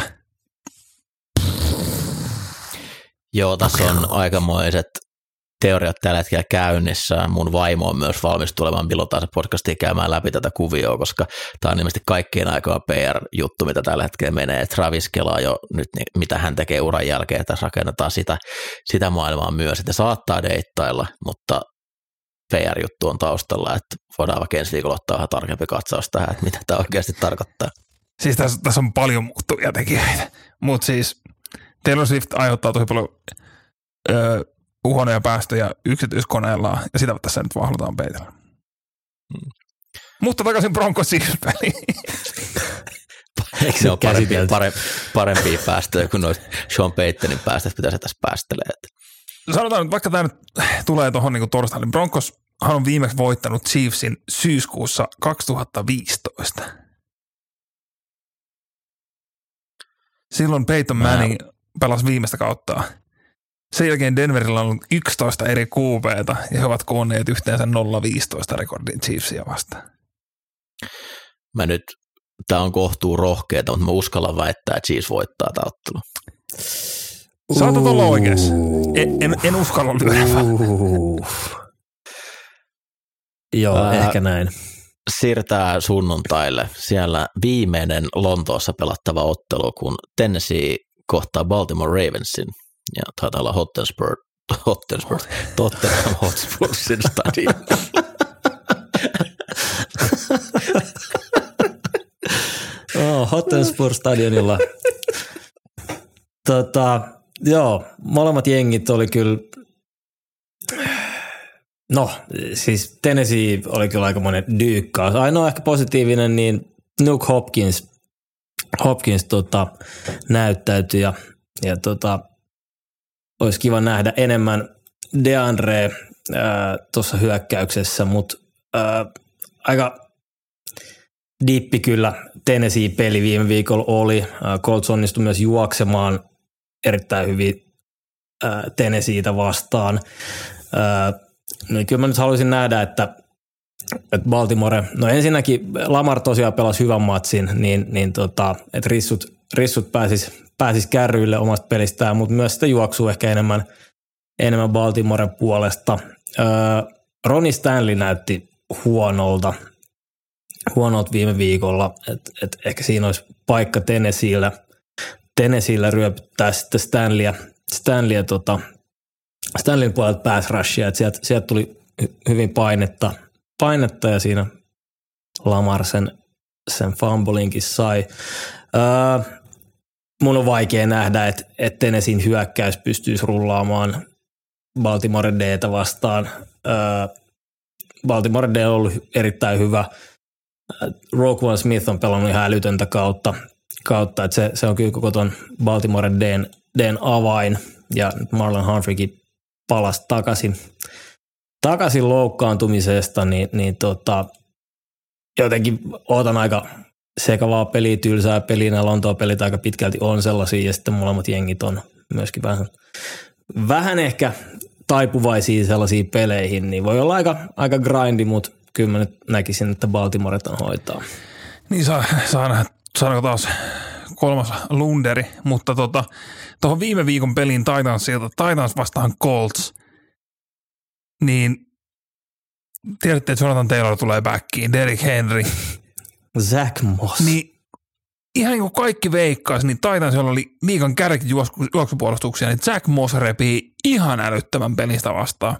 Joo, tässä on aikamoiset teoriat tällä hetkellä käynnissä. Mun vaimo on myös valmis tulemaan milloin taas podcastiin käymään läpi tätä kuvioa, koska tämä on ilmeisesti kaikkien aikaa PR-juttu, mitä tällä hetkellä menee. Travis kelaa jo nyt, mitä hän tekee uran jälkeen, että tässä rakennetaan sitä maailmaa myös, että saattaa deittailla, mutta PR-juttu on taustalla, että voidaan vaikka ensi viikolla ottaa vähän tarkempi katsaus tähän, että mitä tämä oikeasti tarkoittaa. Siis tässä on paljon muuttuvia tekijöitä, mutta siis Taylor Swift aiheuttaa tosi paljon huonoja päästöjä yksityiskoneellaan, ja sitä tässä nyt vaan halutaan peitellä. Mutta takaisin Broncos-peliin. Eikö se ole parempia päästöjä kuin noita Sean Paytonin päästöt, mitä se tässä päästelee? Sanotaan nyt, vaikka tämä nyt tulee tuohon niin torstaille, niin Broncoshan on viimeksi voittanut Chiefsin syyskuussa 2015. Silloin Peyton Manning pelasi viimeistä kauttaa. Sen jälkeen Denverillä on ollut 11 eri QB:ta ja he ovat koonneet yhteensä 0-15 rekordin Chiefsia vastaan. Tämä on kohtuu rohkeeta, mutta mä uskallan väittää, että Chiefs voittaa tämä ottelu. Saatat olla oikeassa. En uskalla lyödä. Joo, ehkä näin. Siirtää sunnuntaille. Siellä viimeinen Lontoossa pelattava ottelu, kun Tennessee kohtaa Baltimore Ravensin. Ja taitaa olla Tottenham Hotspursin stadion. Hotspur stadionilla. Joo, molemmat jengit oli kyllä, siis Tennessee oli kyllä aikamoinen dyykkaus. Ainoa ehkä positiivinen, niin Nuke Hopkins näyttäytyi ja olisi kiva nähdä enemmän DeAndre tuossa hyökkäyksessä, mutta aika dippi kyllä Tennessee-peli viime viikolla oli. Colts onnistui myös juoksemaan erittäin hyvin Tennesseetä vastaan. Niin kyllä mä nyt haluaisin nähdä, että Baltimore, no ensinnäkin Lamar tosiaan pelasi hyvän matsin, että rissut pääsis kärryille omasta pelistään, mutta myös sitä juoksuu ehkä enemmän Baltimoren puolesta. Ronnie Stanley näytti huonolta viime viikolla, että ehkä siinä olisi paikka Tennesseellä ryöpyttää sitten Stanleyn puolelta pass rushia, että sieltä tuli hyvin painetta ja siinä Lamar sen fumblinkin sai. Mun on vaikea nähdä, että Tennesseein hyökkäys pystyisi rullaamaan Baltimore D:tä vastaan. Baltimore D on ollut erittäin hyvä. Roquan Smith on pelannut ihan älytöntä kautta, että se on kyllä koko ton Baltimore D:n avain, ja Marlon Humphreykin palasi takaisin loukkaantumisesta, niin jotenkin ootan aika sekavaa peliä, tylsää peliä, nämä Lontoon pelit aika pitkälti on sellaisia, ja sitten molemmat jengit on myöskin vähän ehkä taipuvaisia sellaisiin peleihin, niin voi olla aika grindi, mutta kyllä mä nyt näkisin, että Baltimore on hoitaa. Niin saadaanko taas kolmas lunderi, mutta tuohon viime viikon peliin Titans vastaan Colts, niin tiedätte, että Jonathan Taylor tulee backiin, Derrick Henry. Zach Moss. Niin ihan niin kuin kaikki veikkaisi, niin Titansilla oli liigan kärkijuoksupuolustuksia, niin Zach Moss repii ihan älyttömän pelistä vastaan.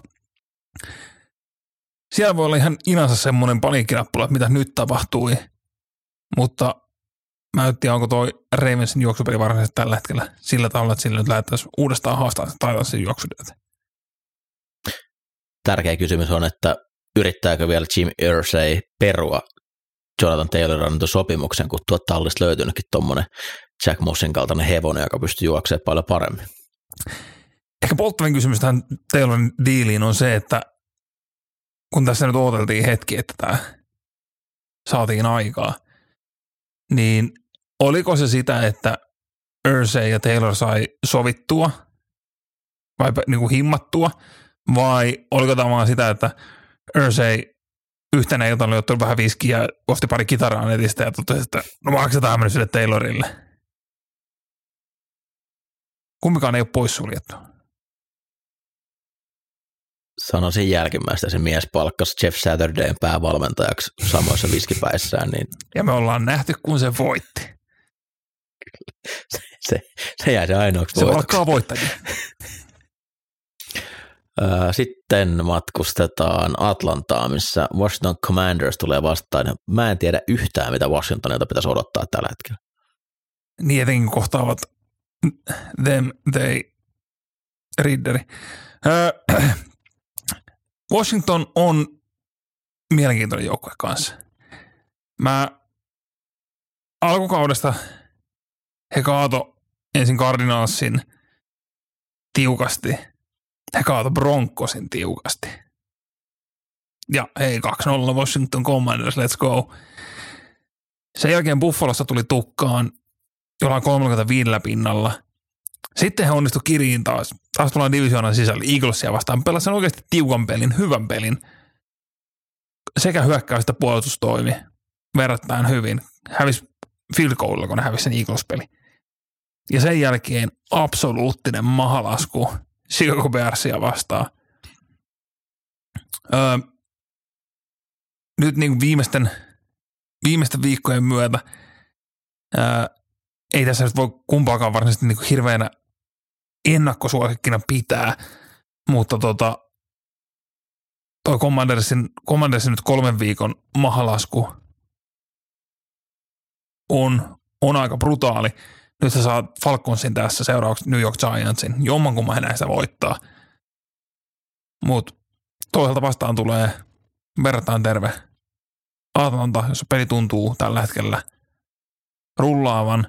Siellä voi olla ihan inansa semmoinen paniikkinappula, että mitä nyt tapahtui, mutta mä en tiedä, onko toi Ravensin juoksupeli varsinaisesti tällä hetkellä sillä tavalla, että sillä nyt lähdettäisiin uudestaan haastaa Titansin juoksutyötä. Tärkeä kysymys on, että yrittääkö vielä Jim Irsay perua Jonathan Taylorin annetun sopimuksen, kun tuolta tallista löytynytkin tuommoinen Jack Mossin kaltainen hevonen, joka pystyy juoksemaan paljon paremmin. Ehkä polttavin kysymys tähän Taylorin diiliin on se, että kun tässä nyt odoteltiin hetki, että tämä saatiin aikaa, niin oliko se sitä, että Irsay ja Taylor sai sovittua vai niin kuin himmattua, vai oliko tämä vaan sitä, että Irsay yhtenä iltana oli ottanut vähän viskiä ja osti pari kitaraa netistä ja totesi, että no maksetaan mennyt sille Taylorille. Kumpikaan ei ole poissuljettu. Sanoisin jälkimmäistä, se mies palkkasi Jeff Saturdayn päävalmentajaksi samoissa viskipäissään. Niin ja me ollaan nähty, kun se voitti. Se jäi se ainoaksi se voitoksi. Se alkaa voittajia. Sitten matkustetaan Atlantaan, missä Washington Commanders tulee vastaan. Mä en tiedä yhtään, mitä Washingtonilta pitäisi odottaa tällä hetkellä. Niin etenkin kohtaavat them, they, Ridderi. Washington on mielenkiintoinen joukkue kanssa. Mä alkukaudesta he kaato ensin Cardinalsin tiukasti. He kaato Broncosin tiukasti. Ja hei, 2-0 Washington Commanders, let's go. Sen jälkeen Buffalossa tuli tukkaan jollain 35 pinnalla. Sitten he onnistu kiriin taas. Taas tullaan divisioonan sisällä Eaglesia vastaan. Pelasin oikeasti tiukan pelin, hyvän pelin. Sekä hyökkäys että puolustus toimi verrattain hyvin. Hävisi field goalilla, kun ne hävisi sen Eagles-peli. Ja sen jälkeen absoluuttinen mahalasku Chicago Bearsia vastaan. Nyt niin kuin viimeisten viikkojen myötä ei tässä nyt voi kumpaakaan varsinaisesti niin kuin hirveänä ennakkosuosikkina pitää, mutta toi Commandersin nyt 3 viikon mahalasku on aika brutaali. Nyt sä saat Falconsin tässä seuraavaksi New York Giantsin. Jommankumman näistä voittaa. Mutta toisaalta vastaan tulee verrataan terve Atlanta, jossa peli tuntuu tällä hetkellä rullaavan.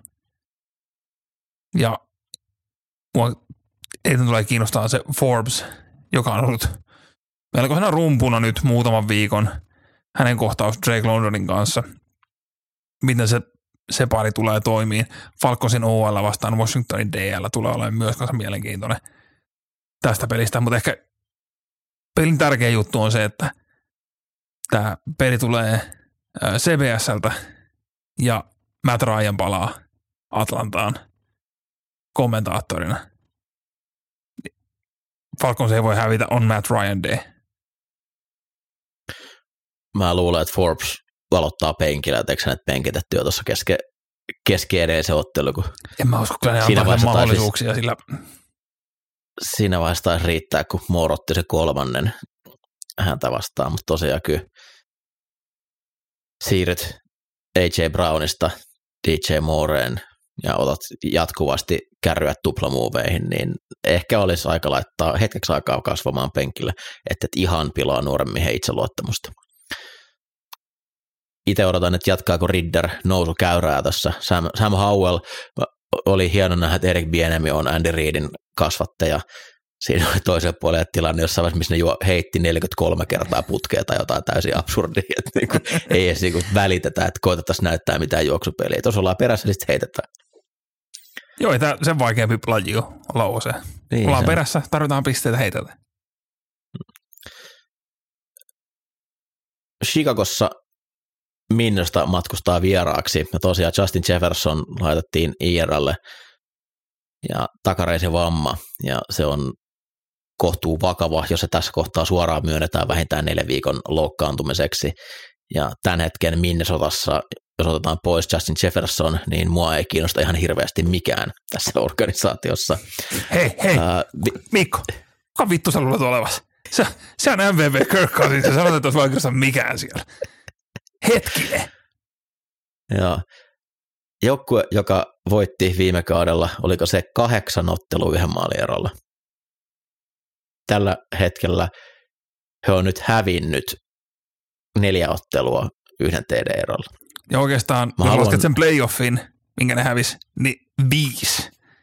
Ja mua eniten tulee kiinnostaa se Forbes, joka on ollut melkoisena rumpuna nyt muutaman viikon. Hänen kohtaus Drake Londonin kanssa. Miten se pari tulee toimiin. Falconsin OL vastaan Washingtonin DL tulee olemaan myös kanssa mielenkiintoinen tästä pelistä, mutta ehkä pelin tärkeä juttu on se, että tämä peli tulee CBSltä ja Matt Ryan palaa Atlantaan kommentaattorina. Falcons ei voi hävitä, on Matt Ryan Day. Mä luulen, että Forbes valottaa penkillä, että eikö hänet penkitetty jo tuossa kesken edellisen ottelu. En mä usko, kyllä ne antaa mahdollisuuksia sillä. Siinä vaiheessa taisi riittää, kun moorotti se 3. häntä vastaan, mutta tosiaan kyllä siirryt A.J. Brownista DJ Mooreen ja otat jatkuvasti kärryä tuplamuoveihin, niin ehkä olisi aika laittaa hetkeksi aikaa kasvamaan penkille, että et ihan pilaa nuoremmin itseluottamusta. Itse odotan, että jatkaako Ridder nousukäyrää tässä. Sam Howell oli hieno nähdä, että Eric Bieniemy on Andy Reidin kasvattaja. Siinä oli toisen puolen tilanne jossain vaiheessa, missä ne heitti 43 kertaa putkea tai jotain täysin absurdia. Että niinku, ei edes niinku välitetä, että koitettaisiin näyttää mitään juoksupeliä. Tuossa ollaan perässä, niin sitten heitetään. Joo, ei tämä sen vaikeampi laji olla OC. Niin, ollaan perässä, tarvitaan pisteitä, heitetään. Chicagossa Minnesota matkustaa vieraaksi ja tosiaan Justin Jefferson laitettiin IR:lle ja takareisivamma ja se on kohtuu vakava, jos se tässä kohtaa suoraan myönnetään vähintään 4 viikon loukkaantumiseksi ja tämän hetken Minnesotassa, jos otetaan pois Justin Jefferson, niin mua ei kiinnosta ihan hirveästi mikään tässä organisaatiossa. Hei, Mikko, kuka vittu sä luulet olevasi? Se on MVP Kirk Cousins ja sanotaan, että olisi vaikka mikään siellä. Hetkinen. Joo. Joukkue, joka voitti viime kaudella, oliko se 8 ottelua 1 maalierolla. Tällä hetkellä he on nyt hävinnyt 4 ottelua 1 TD-erolla. Ja oikeastaan, jos lasket sen playoffin, minkä ne hävisi, niin 5.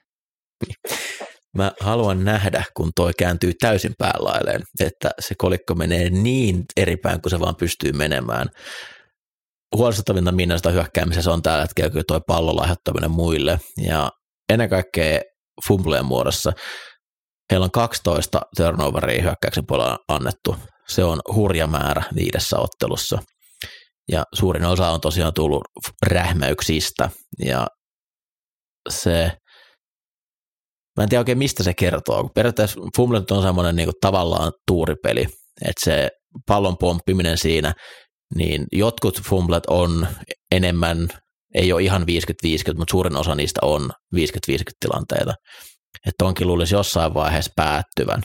Mä haluan nähdä, kun toi kääntyy täysin päälailleen, että se kolikko menee niin eri päin, kuin se vaan pystyy menemään. Huolestuttavinta Minnesota hyökkäämisessä on tällä hetkellä kyllä toi pallon aiheuttaminen muille, ja ennen kaikkea fumbleen muodossa. Heillä on 12 turnoveria hyökkäyksen puolella annettu. Se on hurja määrä 5 ottelussa. Ja suurin osa on tosiaan tullut rähmäyksistä, ja se, mä en tiedä oikein mistä se kertoo, kun periaatteessa fumblet on semmoinen niin kuin tavallaan tuuripeli, että se pallon pomppiminen siinä, niin jotkut fumblet on enemmän, ei ole ihan 50-50, mutta suurin osa niistä on 50-50 tilanteita, että onkin luulisi jossain vaiheessa päättyvän,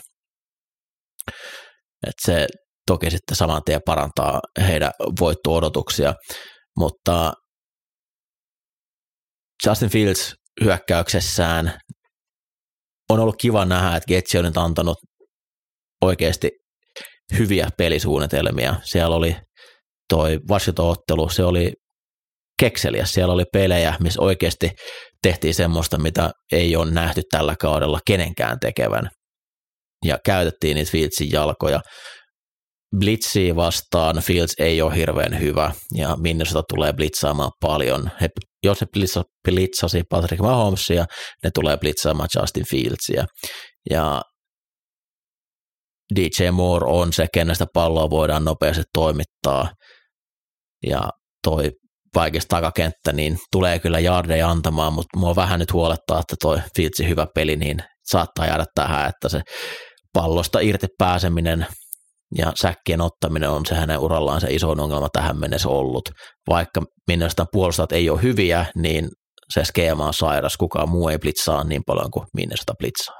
että se toki sitten saman tien parantaa heidän voitto-odotuksia, mutta Justin Fields hyökkäyksessään on ollut kiva nähdä, että Getsi on nyt antanut oikeasti hyviä pelisuunnitelmia. Siellä oli toi Washington-ottelu, se oli kekseliä. Siellä oli pelejä, missä oikeasti tehtiin semmoista, mitä ei ole nähty tällä kaudella kenenkään tekevän. Ja käytettiin niitä Fieldsin jalkoja. Blitziä vastaan Fields ei ole hirveän hyvä, ja Minnesota tulee blitzaamaan paljon. Jos he blitzasi Patrick Mahomesia, ne tulee blitzaamaan Justin Fieldsia. Ja DJ Moore on se, kenestä palloa voidaan nopeasti toimittaa. Ja toi Vikings takakenttä, niin tulee kyllä yardeja antamaan, mutta mua vähän nyt huolettaa, että toi Fieldsin hyvä peli, niin saattaa jäädä tähän, että se pallosta irti pääseminen ja säkkien ottaminen on se hänen urallaan se iso ongelma tähän mennessä ollut. Vaikka Minnesotan puolustajat ei ole hyviä, niin se skeema on sairas. Kukaan muu ei blitzaa niin paljon kuin Minnesota blitzaa.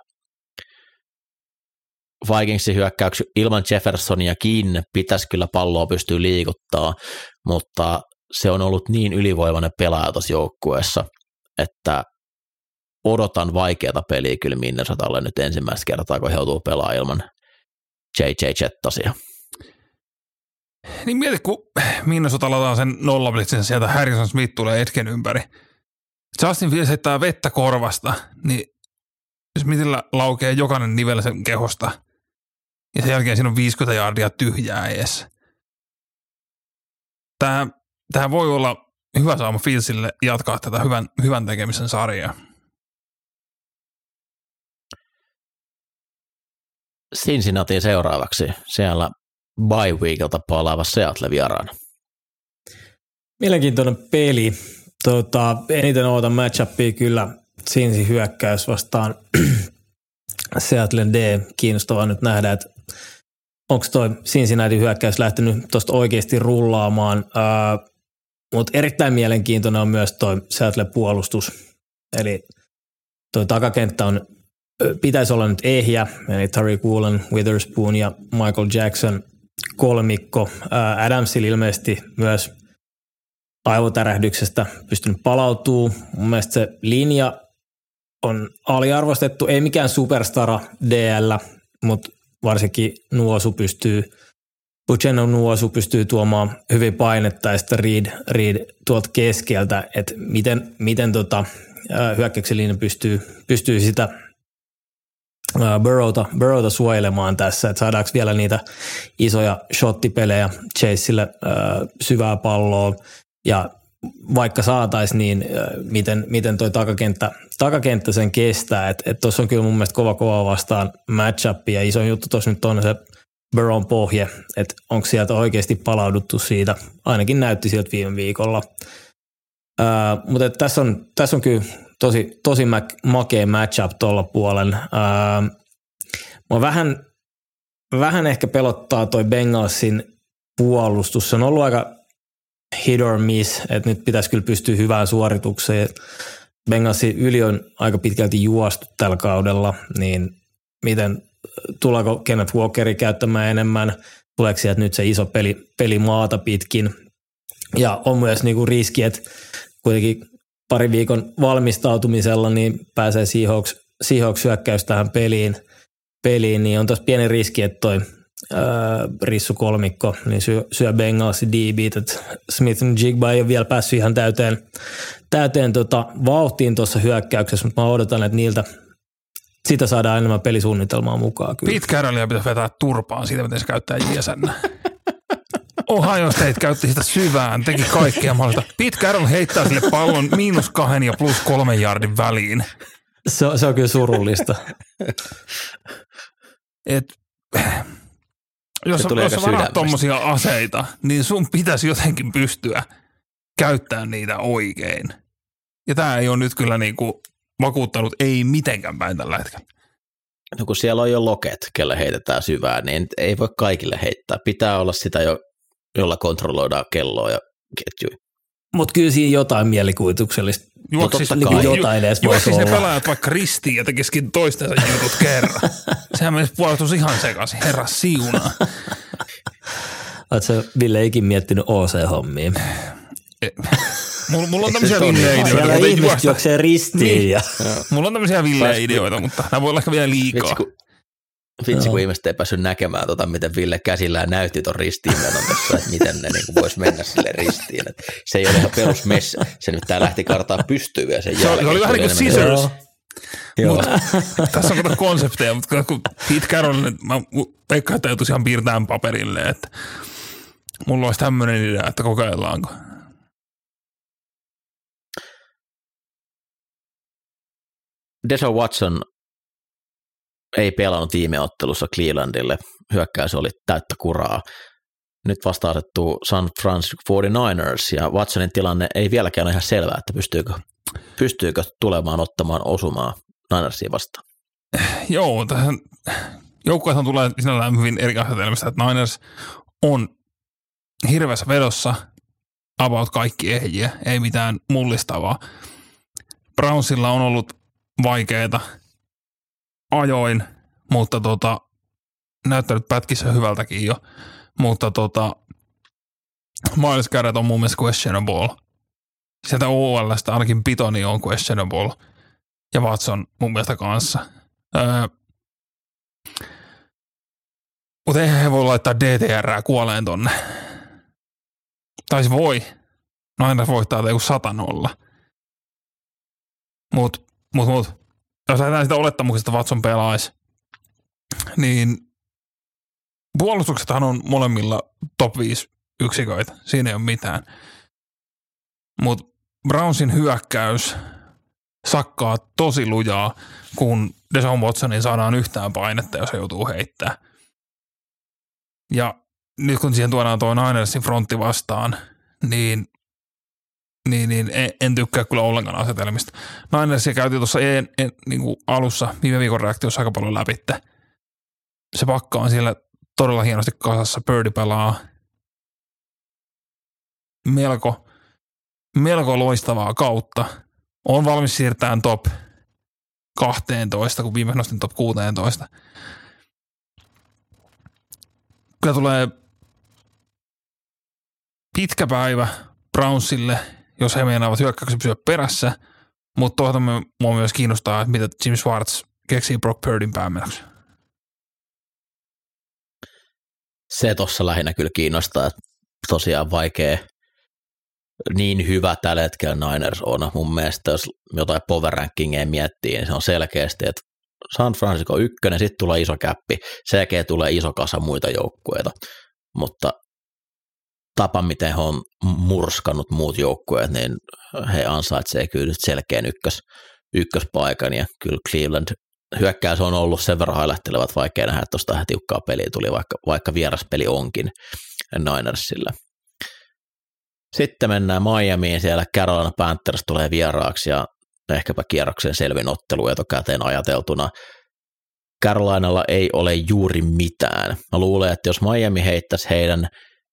Vikingsin hyökkäyksi ilman Jeffersoniakin pitäisi kyllä palloa pystyä liikuttaa, mutta se on ollut niin ylivoimainen pelaaja tuossa joukkueessa, että odotan vaikeata peliä kyllä Minnesotalle nyt ensimmäistä kertaa, kun he joutuu pelaamaan ilman J.J. Jettasia. Niin mieti, kun Minnesota lataa sen nollablitzin sieltä, Harrison Smith tulee etken ympäri. Justin Fields heittää vettä korvasta, niin Smithillä laukee jokainen nivel sen kehosta. Ja sen jälkeen siinä on 50 yardia tyhjää ees. Tähän voi olla hyvä saama Fieldsille jatkaa tätä hyvän tekemisen sarjaa. Cincinnati seuraavaksi. Siellä bye weekelta palaava Seattle vieraana. Mielenkiintoinen peli. Eniten ootan matchupia kyllä Cincy hyökkäys vastaan Seattlen D. Kiinnostavaa nyt nähdä, että onko toi Cincinnati hyökkäys lähtenyt tuosta oikeasti rullaamaan, mutta erittäin mielenkiintoinen on myös toi Seattle puolustus. Eli toi takakenttä pitäisi olla nyt ehjä, eli Tariq Woolen, Witherspoon ja Michael Jackson kolmikko. Adamsilla ilmeisesti myös aivotärähdyksestä pystynyt palautuu. Mun mielestä se linja on aliarvostettu, ei mikään superstara DL, mutta varsinkin Uchenna Nuosu pystyy tuomaan hyvin painetta ja sitten Reed tuolta keskeltä, että miten hyökkäyksen linja pystyy sitä Burrowta suojelemaan tässä, että saadaanko vielä niitä isoja shottipelejä Chaseille syvää palloa ja vaikka saataisiin, niin miten toi takakenttä sen kestää, että tuossa on kyllä mun mielestä kova vastaan matchup ja iso juttu tuossa nyt on se Burrown pohje, että onko sieltä oikeasti palauduttu siitä. Ainakin näytti sieltä viime viikolla. Mutta tässä on kyllä tosi makea matchup tuolla puolen. Mä vähän ehkä pelottaa toi Bengalsin puolustus. Se on ollut aika hit or miss, että nyt pitäisi kyllä pystyä hyvään suoritukseen. Bengalsin yli on aika pitkälti juostu tällä kaudella, niin miten tuleeko Kenneth Walkeri käyttämään enemmän, tuleeko sieltä nyt se iso peli maata pitkin. Ja on myös niinku riski, että kuitenkin pari viikon valmistautumisella niin pääsee Seahawks hyökkäys tähän peliin, niin on tossa pieni riski, että toi rissukolmikko niin syö Bengalsin DB:t, että Smith and Jigba ei ole vielä päässyt ihan täyteen vauhtiin tuossa hyökkäyksessä, mutta mä odotan, että niiltä sitä saadaan enemmän pelisuunnitelmaa mukaan. Kyllä. Pete Carrollia pitäisi vetää turpaan siitä, miten se käyttää JSN. Ohio State käytti sitä syvään, teki kaikkea mahdollista. Pete Carroll heittää sille pallon -2 ja +3 yardin väliin. Se on kyllä surullista. Jos varat tommosia aseita, niin sun pitäisi jotenkin pystyä käyttämään niitä oikein. Ja tää ei ole nyt kyllä niinku vakuuttanut ei mitenkään päin tällä hetkellä. No kun siellä on jo loket, kelle heitetään syvään, niin ei voi kaikille heittää. Pitää olla sitä, jolla kontrolloidaan kelloa ja ketjuja. Mutta kyllä siinä jotain mielikuvituksellista. Juoksis ne pelaajat vaikka ristiin ja tekisikin toistensa jutut kerran. Sehän menisi puolustus ihan sekaisin. Herra siunaa. Oletko Ville ikin miettinyt OC-hommia? Mulla on tämmöisiä Ville-ideoita. Siellä ihmiset juoksee ristiin. Niin. Mulla on tämmöisiä Ville-ideoita, mutta nämä voi olla ehkä vielä liikaa. Vitsi, kun ihmiset ei päässyt näkemään, miten Ville käsillään näytti ton ristiinmenon tuossa, että miten ne niin voisi mennä sille ristiin. Et se ei ole ihan perusmessi. Se nyt tää lähti kartaa pystyyn vielä sen jälkeen. Se oli vähän niin kuin scissors. Tässä on kato konsepteja, mutta kun Pete Carroll, mä veikkaan, että joutuisi ihan piirtämään paperille, että mulla olisi tämmöinen idea, että kokeillaanko. Deshaun Watson ei pelannut viimeottelussa Clevelandille. Hyökkäys oli täyttä kuraa. Nyt vasta asettuu San Francisco 49ers ja Watsonin tilanne ei vieläkään ole ihan selvää, että pystyykö tulemaan ottamaan osumaa Ninersia vastaan. Joo, tähän joukkueethan tulee sinällään hyvin eri asetelmista, että Niners on hirveässä vedossa about kaikki ehjiä, ei mitään mullistavaa. Brownsilla on ollut vaikeita ajoin, mutta näyttänyt pätkissä hyvältäkin jo, mutta Miles Garrett on mun mielestä questionable. Sieltä OL:stä ainakin Pitoni on questionable ja Watson mun mielestä kanssa. Mutta eihän he voi laittaa DTR:ää kuoleen tonne. Tai se voi. No aina voittaa joku 100-0. Mut. Jos lähdetään sitä olettamuksesta, että Watson pelaisi, niin puolustuksethan on molemmilla top 5 yksiköitä. Siinä ei ole mitään. Mutta Brownsin hyökkäys sakkaa tosi lujaa, kun Deshaun Watsonin saadaan yhtään painetta, jos se joutuu heittämään. Ja nyt kun siihen tuodaan tuo Ninersin frontti vastaan, niin en tykkää kyllä ollenkaan asetelmista. Ninersia käytiin tuossa niin kuin alussa viime viikon reaktiossa aika paljon läpitte. Se pakka on siellä todella hienosti kasassa. Purdy pelaa melko loistavaa kautta. On valmis siirtämään top 12, kun viimeksi nostin top 16. Kyllä tulee pitkä päivä Brownsille, jos he meinaavat hyökkäyksen pysyä perässä, mutta toisaalta mua myös kiinnostaa, että mitä Jim Schwartz keksii Brock Purdyn päämenoksi. Se tuossa lähinnä kyllä kiinnostaa, että tosiaan vaikea, niin hyvä tällä hetkellä Niners on. Mun mielestä jos jotain power rankingia miettii, niin se on selkeästi, että San Francisco 1, sitten tulee iso käppi, sen jälkeen tulee iso kasa muita joukkueita, mutta tapa, miten he on murskannut muut joukkueet, niin he ansaitsevat kyllä nyt selkeän ykköspaikan, ja kyllä Cleveland hyökkäys on ollut sen verran hailehtelevat, vaikea nähdä, että tuosta tiukkaa peliä tuli, vaikka vieraspeli onkin Ninersillä. Sitten mennään Miamiin, siellä Carolina Panthers tulee vieraaksi ja ehkäpä kierroksen selvin ottelu etukäteen ajateltuna. Carolinalla ei ole juuri mitään. Mä luulen, että jos Miami heittäisi heidän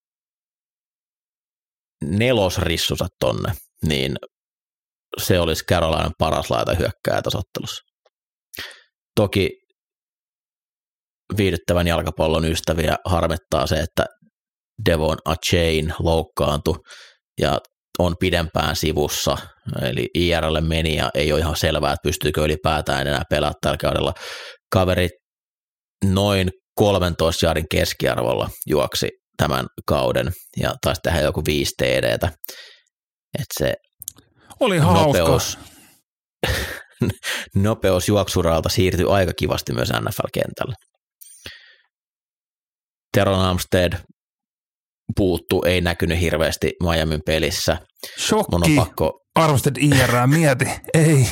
nelosrissunsa tonne, niin se olisi Carolinan paras laita hyökkääjä tässä ottelussa. Toki viihdyttävän jalkapallon ystäviä harmittaa se, että Devon Achane loukkaantui ja on pidempään sivussa, eli IR:lle meni ja ei ole ihan selvää, että pystyykö ylipäätään enää pelaa tällä kaudella. Kaveri noin 13 jardin keskiarvolla juoksi tämän kauden ja taisi tehdä joku 5 TD:tä. Että se oli nopeus juoksuralta siirtyi aika kivasti myös NFL-kentälle. Teron Armstead puuttu, ei näkynyt hirveästi Miamin pelissä. Shokki. Armstead IR, mieti. Ei.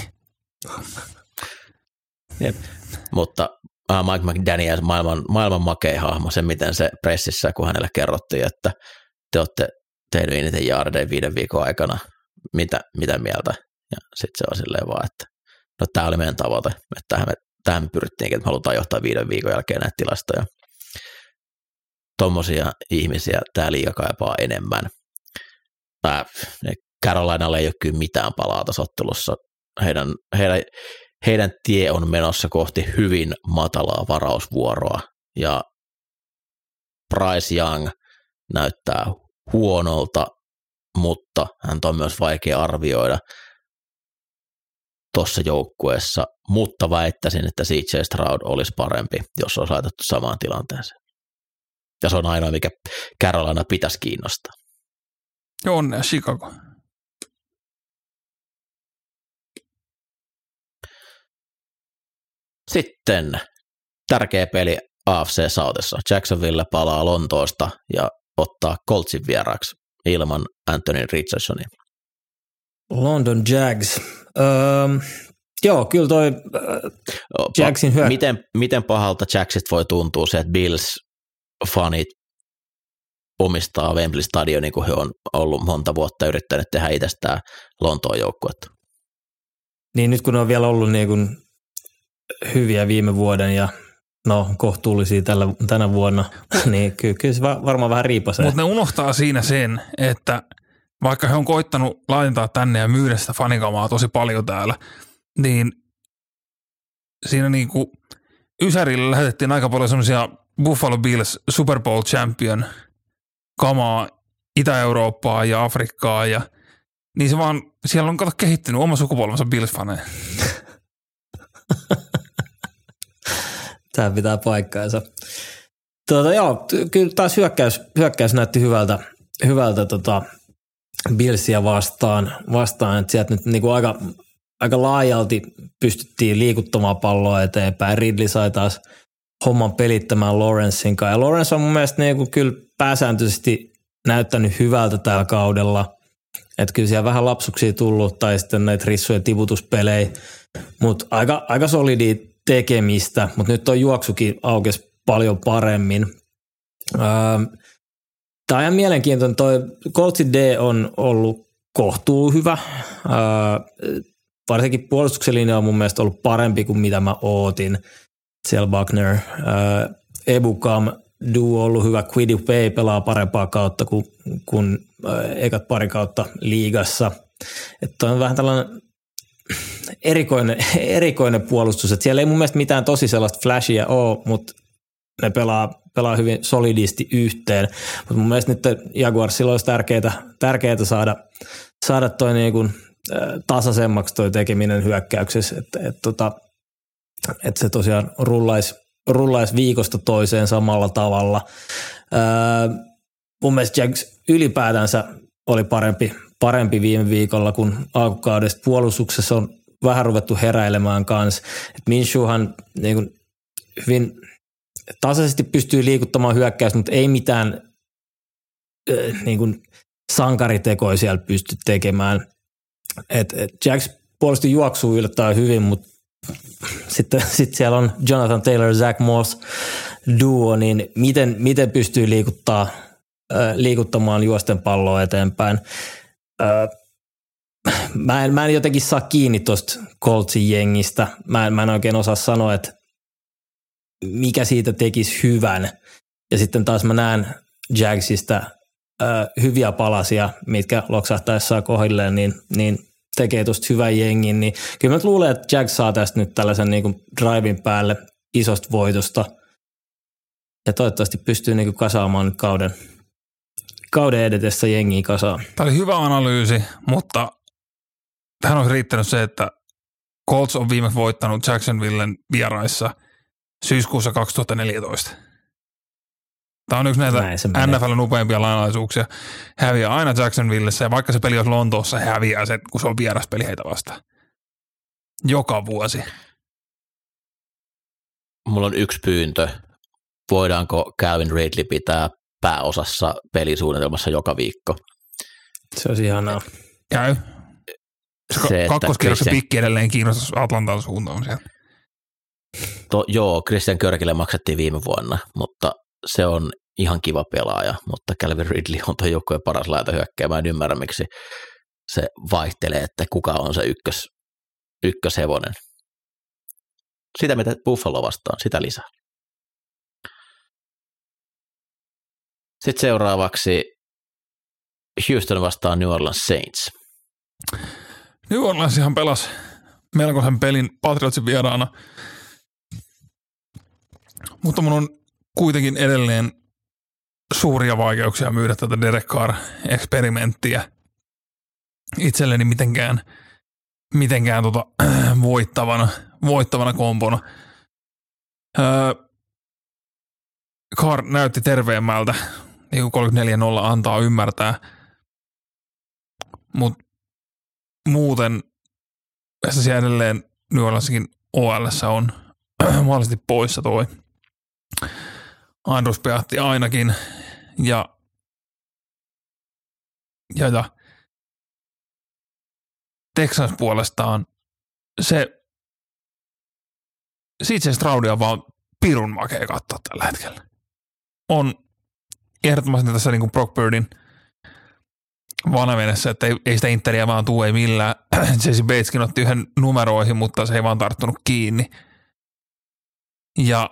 Jep. Mutta Mike McDaniels, maailman makein hahmo, se miten se pressissä, kun hänelle kerrottiin, että te olette tehnyt eniten jaardeja 5 viikon aikana, mitä mieltä? Ja sitten se on silleen vaan, että no tämä oli meidän tavoite, että tähän me pyrittiinkin, että me halutaan johtaa 5 viikon jälkeen näitä tilastoja. Tommosia ihmisiä tämä liiga kaipaa enemmän. Carolinalla ei ole kyllä mitään palaa tässä ottelussa. Heidän tie on menossa kohti hyvin matalaa varausvuoroa ja Bryce Young näyttää huonolta, mutta häntä on myös vaikea arvioida tuossa joukkueessa, mutta väittäisin, että CJ Stroud olisi parempi, jos olisi laitettu samaan tilanteeseen. Ja se on ainoa, mikä Carolina pitäisi kiinnostaa. Joo, onnea Chicago. Sitten tärkeä peli AFC Southissa. Jacksonville palaa Lontoosta ja ottaa Coltsin vieraaksi ilman Anthony Richardsonia. London Jags. Joo, kyllä toi Jagsin Miten pahalta Jagsista voi tuntua se, että Bills-fanit omistaa Wembley Stadionin, kun he on ollut monta vuotta yrittäneet tehdä itsestään Lontoon joukkuetta. Niin nyt kun ne on vielä ollut niin kuin hyviä viime vuoden ja kohtuullisia tänä vuonna, niin kyllä se varmaan vähän riipasee. Mutta ne unohtaa siinä sen, että vaikka he on koittanut laajentaa tänne ja myydä sitä fanikamaa tosi paljon täällä, niin siinä niinku Ysärille lähetettiin aika paljon semmoisia Buffalo Bills Super Bowl Champion kamaa Itä-Eurooppaa ja Afrikkaa ja niin se vaan, siellä on kehittynyt oma sukupolvensa Bills-faneja. Tämä pitää paikkaansa. Joo, kyllä taas hyökkäys näytti hyvältä Billsia vastaan, että sieltä nyt niinku aika laajalti pystyttiin liikuttamaan palloa eteenpäin. Ridley sai taas homman pelittämään Lawrencein kanssa. Ja Lawrence on mun mielestä niinku kyllä pääsääntöisesti näyttänyt hyvältä tällä kaudella. Että kyllä siellä vähän lapsuksia tullut tai sitten näitä rissuja tiputuspelejä, mutta aika solidia tekemistä, mutta nyt tuo juoksukin aukesi paljon paremmin. Tämä on ihan mielenkiintoinen. Toi Coltsin D on ollut kohtuu hyvä. Varsinkin puolustuksen linja on mun mielestä ollut parempi kuin mitä mä ootin. Siellä Buckner, Ebukam duo on ollut hyvä. Quiddy Pay pelaa parempaa kautta kuin ekat pari kautta liigassa. Että on vähän tällainen erikoinen puolustus. Että siellä ei mun mielestä mitään tosi sellaista flashia ole, mutta ne pelaa hyvin solidisti yhteen. Mutta mun mielestä nyt Jaguarsilla olisi tärkeää saada toi niin kuin tasaisemmaksi toi tekeminen hyökkäyksessä, että se tosiaan rullaisi viikosta toiseen samalla tavalla. Mun mielestä Jags ylipäätänsä oli parempi viime viikolla, kun alkukaudesta puolustuksessa on vähän ruvettu heräilemään kanssa. Minshewhan niin kuin hyvin tasaisesti pystyy liikuttamaan hyökkäystä, mutta ei mitään niin kuin sankaritekoja siellä pysty tekemään. Jags puolusti juoksuu yllättäen hyvin, mutta sitten siellä on Jonathan Taylor, Zach Moss duo, niin miten pystyy liikuttamaan juosten palloa eteenpäin. Mä en jotenkin saa kiinni tuosta Coltsin jengistä. Mä en oikein osaa sanoa, että mikä siitä tekisi hyvän. Ja sitten taas mä näen Jagsista hyviä palasia, mitkä loksahtaessaan kohdilleen, niin tekee tuosta hyvän jengin. Niin kyllä mä luulen, että Jags saa tästä nyt tällaisen niin kuin drivin päälle isosta voitosta. Ja toivottavasti pystyy niin kuin kasaamaan nyt kauden edetessä jengiä kasaan. Tämä oli hyvä analyysi, mutta tähän olisi riittänyt se, että Colts on viimeksi voittanut Jacksonvillen vieraissa syyskuussa 2014. Tämä on yksi näitä NFL:n upeimpia lainalaisuuksia. Häviää aina Jacksonvillessä ja vaikka se peli olisi Lontoossa, häviää se, kun se on vieraspeli heitä vastaan. Joka vuosi. Mulla on yksi pyyntö. Voidaanko Calvin Ridley pitää pääosassa pelisuunnitelmassa joka viikko? Se olisi ihanaa. Käy. Kakkoskierroksen pikki edelleen kiinnostus Atlantan suuntaan siellä. Joo, Christian Kirkille maksettiin viime vuonna, mutta se on ihan kiva pelaaja, mutta Calvin Ridley on tuon joukkueen paras laitahyökkääjä. Mä en ymmärrä, miksi se vaihtelee, että kuka on se ykköshevonen. Sitä, mitä Buffalo vastaan, sitä lisää. Sitten seuraavaksi Houston vastaan New Orleans Saints. New Orleansihan pelasi melkoisen pelin Patriotsin vieraana, mutta mun on kuitenkin edelleen suuria vaikeuksia myydä tätä Derek Carr-eksperimenttiä itselleni mitenkään voittavana kompona. Carr näytti terveemmältä, niin kuin 34-0 antaa ymmärtää, mutta muuten tässä siellä edelleen New Orleansikin OL:ssä on mahdollisesti poissa toi Andrus Beatti ainakin ja Texans puolestaan siitä se Straudia on vaan pirun makea katsoa tällä hetkellä. On ehdottomasti tässä niin kuin Brock Birdin vanavenessä, että ei sitä Interiä vaan tule, ei millään. Jesse Bateskin otti yhden numeroihin, mutta se ei vaan tarttunut kiinni. Ja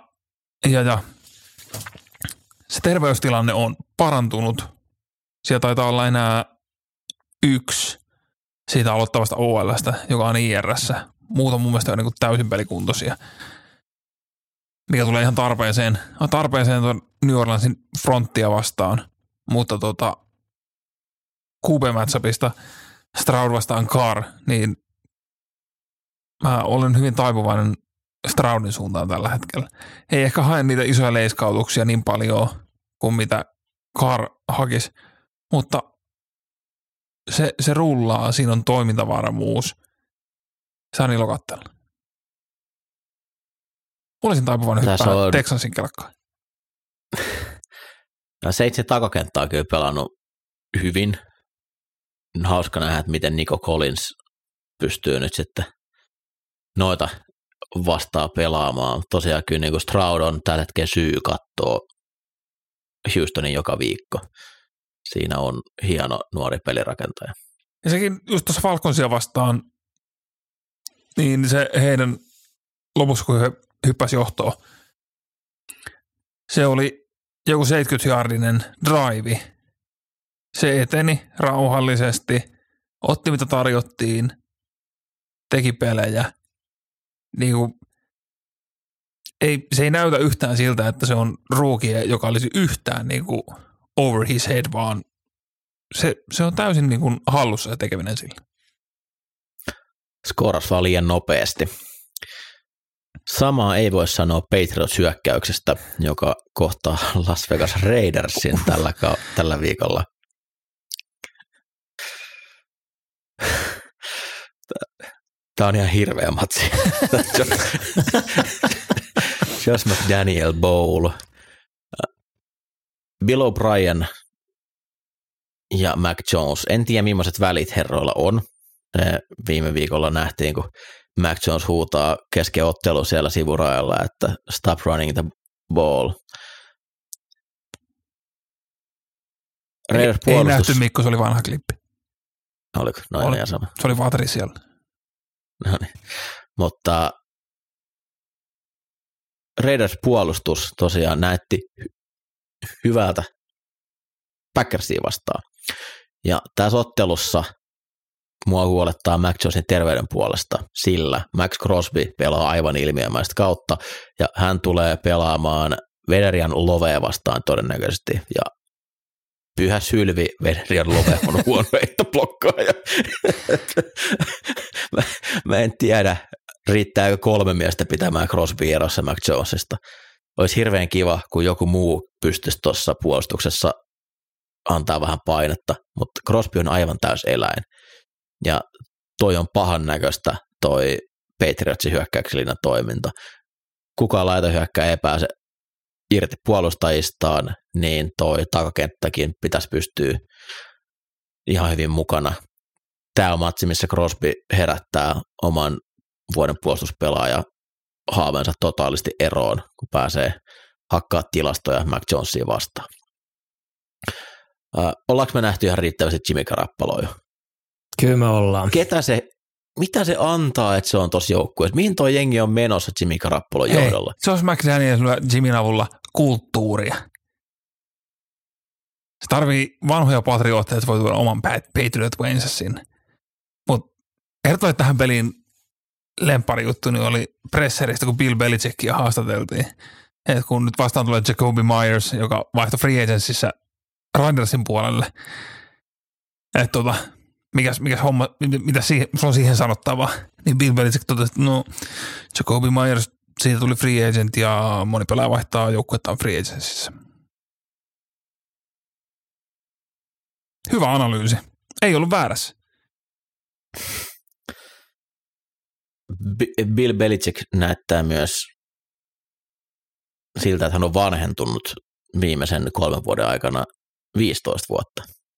se terveystilanne on parantunut. Siellä taitaa olla enää yksi siitä aloittavasta OL:stä, joka on IR:ssä. Muut on mun mielestä niin kuin täysin pelikuntoisia. Mikä tulee ihan tarpeeseen tuon New Orleansin fronttia vastaan. Mutta QB-matchupista Stroud vastaan Carr, niin mä olen hyvin taipuvainen Stroudin suuntaan tällä hetkellä. Ei ehkä hae niitä isoja leiskautuksia niin paljon kuin mitä Carr hakisi, mutta se rullaa, siinä on toimintavarmuus. Saa niillä katsella. Olisin taipuvainen hyppää Texansin kelkkaan. No, Saintsin takakenttä on kyllä pelannut hyvin. Hauska nähdä, että miten Nico Collins pystyy nyt sitten noita vastaan pelaamaan. Tosiaan kyllä niin kuin Stroud on tällä hetkellä syy katsoa Houstonin joka viikko. Siinä on hieno nuori pelirakentaja. Ja sekin just tuossa Falconsia vastaan, niin se heidän lopussa, kun he hyppäsi johtoon, se oli joku 70-yardinen drive. Se eteni rauhallisesti, otti mitä tarjottiin, teki pelejä. Niin kuin, se ei näytä yhtään siltä, että se on rookie, joka olisi yhtään niin kuin over his head, vaan se on täysin niin kuin hallussa ja tekeminen sillä. Skoras vaan liian nopeasti. Samaa ei voi sanoa Patriots-hyökkäyksestä, joka kohtaa Las Vegas Raidersin tällä viikolla. Tämä on ihan hirveä matsi. Josh McDaniel Bowl. Bill O'Brien ja Mac Jones. En tiedä, millaiset välit herroilla on. Viime viikolla nähtiin, kun Mac Jones huutaa kesken ottelu siellä sivurajalla, että stop running the ball. Ei nähty, Mikko, se oli vanha klippi. Oliko? No ihan sama. Se oli Vatri siellä. No niin. Mutta Raiders puolustus tosiaan näytti hyvältä Packersia vastaan. Ja tässä ottelussa mua huolettaa Mac Jonesin terveyden puolesta, sillä Max Crosby pelaa aivan ilmiömäistä kautta, ja hän tulee pelaamaan Vederian Lovea vastaan todennäköisesti, ja pyhä sylvi Vederian Love on huono heittoblokkaaja. Mä en tiedä, riittääkö 3 miestä pitämään Crosby erossa Mac Jonesista. Olisi hirveän kiva, kun joku muu pystyisi tuossa puolustuksessa antaa vähän painetta, mutta Crosby on aivan täys eläin. Ja toi on pahan näköistä toi Patriotsin hyökkäyksellinen toiminta. Kukaan laitahyökkääjä ei pääse irti puolustajistaan, niin toi takakenttäkin pitäisi pystyä ihan hyvin mukana. Tämä on matsi, missä Crosby herättää oman vuoden puolustuspelaaja haaveensa totaalisti eroon, kun pääsee hakkaa tilastoja Mac Jonesia vastaan. Ollaanko me nähty ihan riittävästi Jimmy Garoppoloa jo? Kyllä me ollaan. Mitä se antaa, että se on tossa joukkueessa? Mihin toi jengi on menossa Jimmy Garoppolon johdolla? Se olisi McDanielsilla Jimmyn avulla kulttuuria. Se tarvii vanhoja patriotteja, että voi tuoda oman Patriot Waynesä sinne. Mutta ehdottomasti tähän peliin lempparijuttu niin oli presseristä, kun Bill Belichickia haastateltiin. Et kun nyt vastaan tulee Jacoby Myers, joka vaihtoi free agencyssä Randersin puolelle. Että mikäs homma, mitä sulla on siihen sanottavaa, niin Bill Belichick totesi, että no Jacoby Myers, siitä tuli free agent ja moni pelaaja vaihtaa joukkuettaan free agencyssä. Hyvä analyysi. Ei ollut väärässä. Bill Belichick näyttää myös siltä, että hän on vanhentunut viimeisen 3 vuoden aikana 15 vuotta.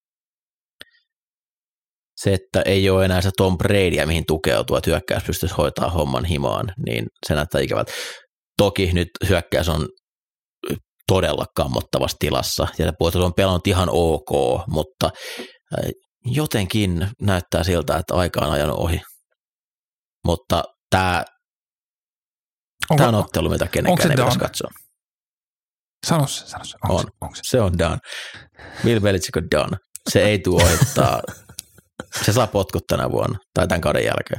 Se, että ei ole enää se Tom Bradyä, mihin tukeutua, että hyökkäys pystyisi hoitaa homman himaan, niin se näyttää ikävältä. Toki nyt hyökkäys on todella kammottavassa tilassa, ja puhutaan, on pelannut ihan ok, mutta jotenkin näyttää siltä, että aika on ajanut ohi. Mutta tämä on ottelu, mitä kenenkään ei pitäisi katsoa. Sano se. Se on done. Bill Belichick on done. Se ei tule ohittaa. Se saa potkut tänä vuonna tai tämän kauden jälkeen.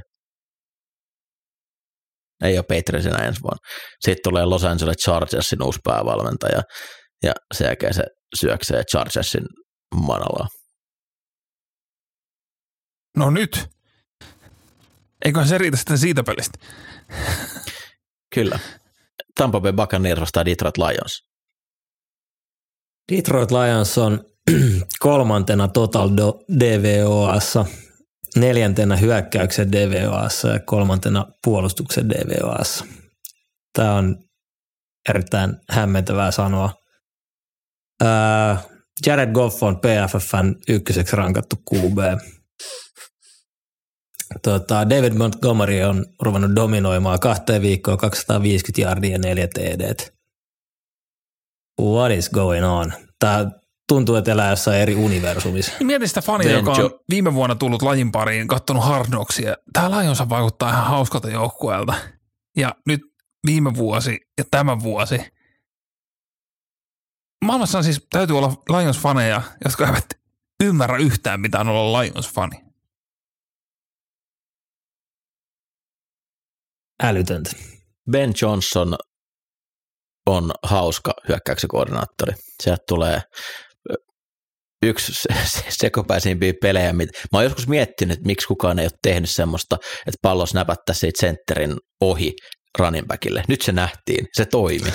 Ei ole Patriots enää ensi vuonna. Sitten tulee Los Angeles Chargersin uusi päävalmentaja ja sen jälkeen se syöksee Chargersin manalaa. No nyt. Eiköhän se riitä sitten siitä pelistä. Kyllä. Tampa Bay Buccaneers vastaa Detroit Lions. Detroit Lions on 3. total DVOAssa, 4. hyökkäyksen DVOAssa ja 3. puolustuksen DVOAssa. Tämä on erittäin hämmentävää sanoa. Jared Goff on PFF:n 1. rankattu QB. David Montgomery on ruvennut dominoimaan 2 viikkoa, 250 yardia ja 4 TD:t. What is going on? Tämä tuntuu, että elää jossain eri universumissa. Mietin sitä fania, joka on viime vuonna tullut lajin pariin, katsonut Hard Knocksia. Tämä Lions vaikuttaa ihan hauskalta joukkueelta. Ja nyt viime vuosi ja tämä vuosi. Maailmassa on siis, täytyy olla Lions-faneja, jotka eivät ymmärrä yhtään, mitä on olla Lions-fani. Älytöntä. Ben Johnson on hauska hyökkäyksen koordinaattori. Sieltä tulee yksi sekopäisimpiä pelejä. Mä oon joskus miettinyt, että miksi kukaan ei ole tehnyt semmoista, että pallo snäpättäisi siitä sentterin ohi running backille. Nyt se nähtiin. Se toimi.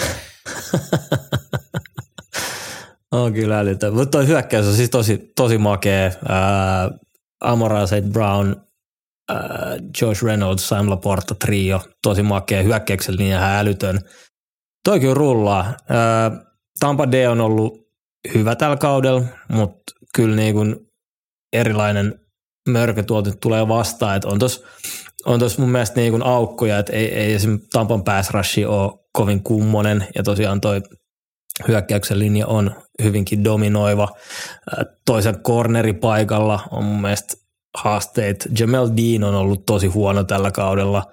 On kyllä älytön. Mutta toi hyökkäys on siis tosi makea. Amon-Ra St. Brown, Josh Reynolds, Sam Laporta trio. Tosi makea. Hyökkäyksellinen ja älytön. Toi kyllä rullaa. Tampa Bay on ollut hyvä tällä kaudella, mutta kyllä niin kuin erilainen mörkö tuolta tulee vastaan, että on tuossa on tuossa mun mielestä niin kuin aukkoja, että ei esimerkiksi Tampan pass rush ole kovin kummonen ja tosiaan toi hyökkäyksen linja on hyvinkin dominoiva. Toisen corneripaikalla on mun mielestä haasteet. Jamel Dean on ollut tosi huono tällä kaudella.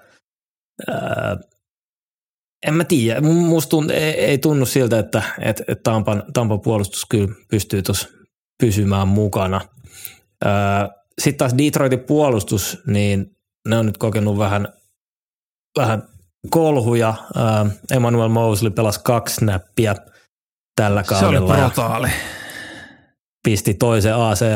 En mä tiedä. Musta ei tunnu siltä, että Tampan puolustus kyllä pystyy tuossa pysymään mukana. Sitten taas Detroitin puolustus, niin ne on nyt kokenut vähän kolhuja. Emmanuel Mosley pelasi 2 snappia tällä kaudella. Se oli brutaali. Pisti toisen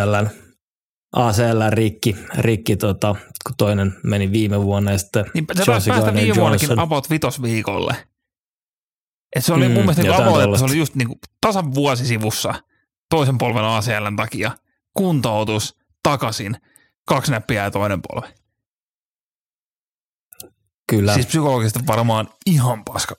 ACL rikki kun toinen meni viime vuonna ja sitten niin, se päästä viime vuonnakin about 5 viikolle. Et se oli mun mielestä että se oli just niinku tasan vuosisivussa toisen polven ACL:n takia. Kuntoutus, takaisin, 2 näppiä ja toinen polvi. Kyllä. Siis psykologisesti varmaan ihan paska.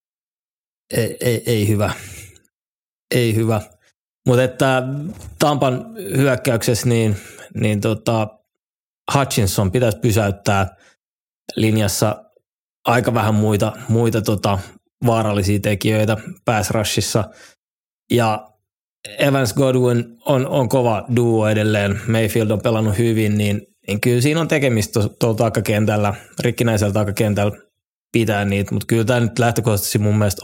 Ei hyvä. Ei hyvä. Mutta että Tampan hyökkäyksessä niin Hutchinson pitäisi pysäyttää linjassa aika vähän muita vaarallisia tekijöitä pass rushissa. Ja Evans Godwin on kova duo edelleen. Mayfield on pelannut hyvin, niin kyllä siinä on tekemistä tuolla takakentällä, rikkinäisellä takakentällä pitää niitä, mutta kyllä tämä nyt lähtökohtaisesti mun mielestä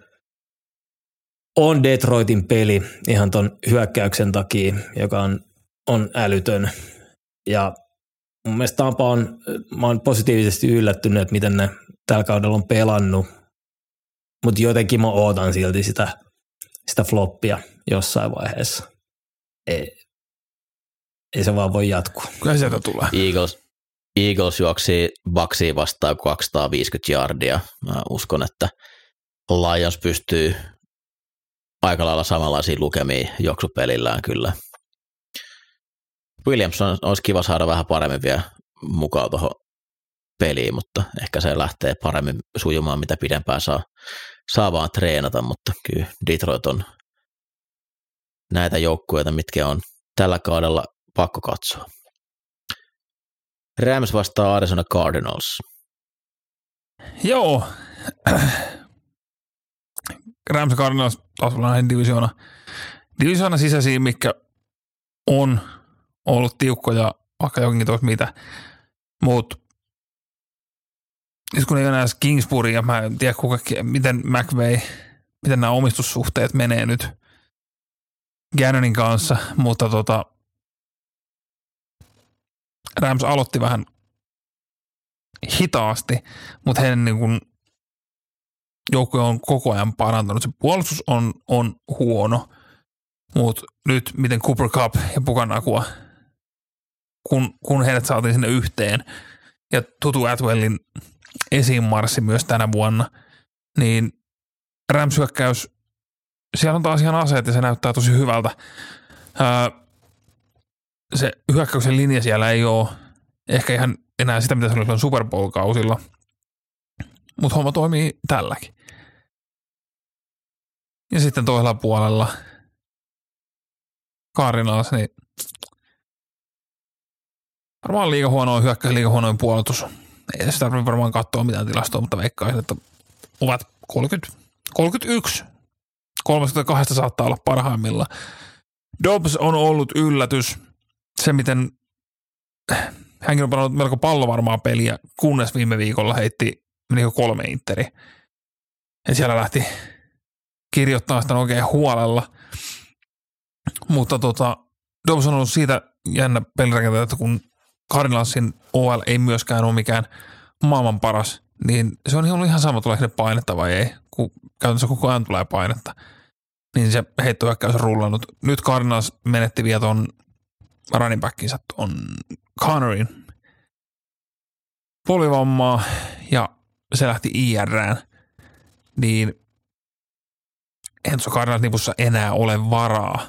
on Detroitin peli ihan ton hyökkäyksen takia, joka on älytön. Ja mun mielestä mä oon positiivisesti yllättynyt, että miten ne tällä kaudella on pelannut, mutta jotenkin mä ootan silti sitä floppia jossain vaiheessa. Ei se vaan voi jatkua. Kyllä sieltä tulee. Eagles juoksi Bucksiin vastaan 250 yardia. Mä uskon, että Lions pystyy aika lailla samanlaisia lukemia juoksupelillään kyllä. Williamson olisi kiva saada vähän paremmin vielä mukaan tuohon peliin, mutta ehkä se lähtee paremmin sujumaan, mitä pidempään saa vaan treenata, mutta kyllä Detroit on näitä joukkueita, mitkä on tällä kaudella pakko katsoa. Rams vastaa Arizona Cardinals. Joo. Rams ja Cardinals taas ollaan divisioona sisäisiä, mikä on ollut tiukkoja, vaikka jokin tuossa mitä. Mutta kun ei ole enää Kingsbury ja mä en tiedä miten McVay, miten nämä omistussuhteet menee nyt Gannonin kanssa, mutta Rams aloitti vähän hitaasti, mutta heidän niin kun joukkue on koko ajan parantunut. Se puolustus on huono, mutta nyt miten Cooper Kupp ja Pukanakua, kun heidät saatiin sinne yhteen ja Tutu Atwellin esiinmarssi myös tänä vuonna, niin Rams-hyökkäys, siellä on taas ihan aseet ja se näyttää tosi hyvältä. Se hyökkäyksen linja siellä ei ole ehkä ihan enää sitä, mitä se oli silloin Super Bowl-kausilla, mutta homma toimii tälläkin. Ja sitten toisella puolella Cardinals, niin varmaan liiga huonoin hyökkäys, liiga huonoin puolustus. Ei sitä tarvitse varmaan katsoa mitään tilastoa, mutta veikkaisin, että ovat 31. 32 saattaa olla parhaimmilla. Dobbs on ollut yllätys. Se, miten hänkin on pelannut melko pallovarmaa peliä, kunnes viime viikolla heitti 3 interi. Ja siellä lähti kirjoittamaan sitä oikein huolella. Mutta Dobbs on ollut siitä jännä pelirakentaja, että kun Cardinalsin OL ei myöskään ole mikään maailman paras, niin se on ollut ihan sama, tulee sinne painetta vai ei, kun käytännössä koko ajan tulee painetta. Niin se heittohyökkäys on rullannut. Nyt Cardinals menetti vielä ton running backinsa on Connerin polvivammaa ja se lähti IRään, niin eihän tuossa Cardinals-nipussa enää ole varaa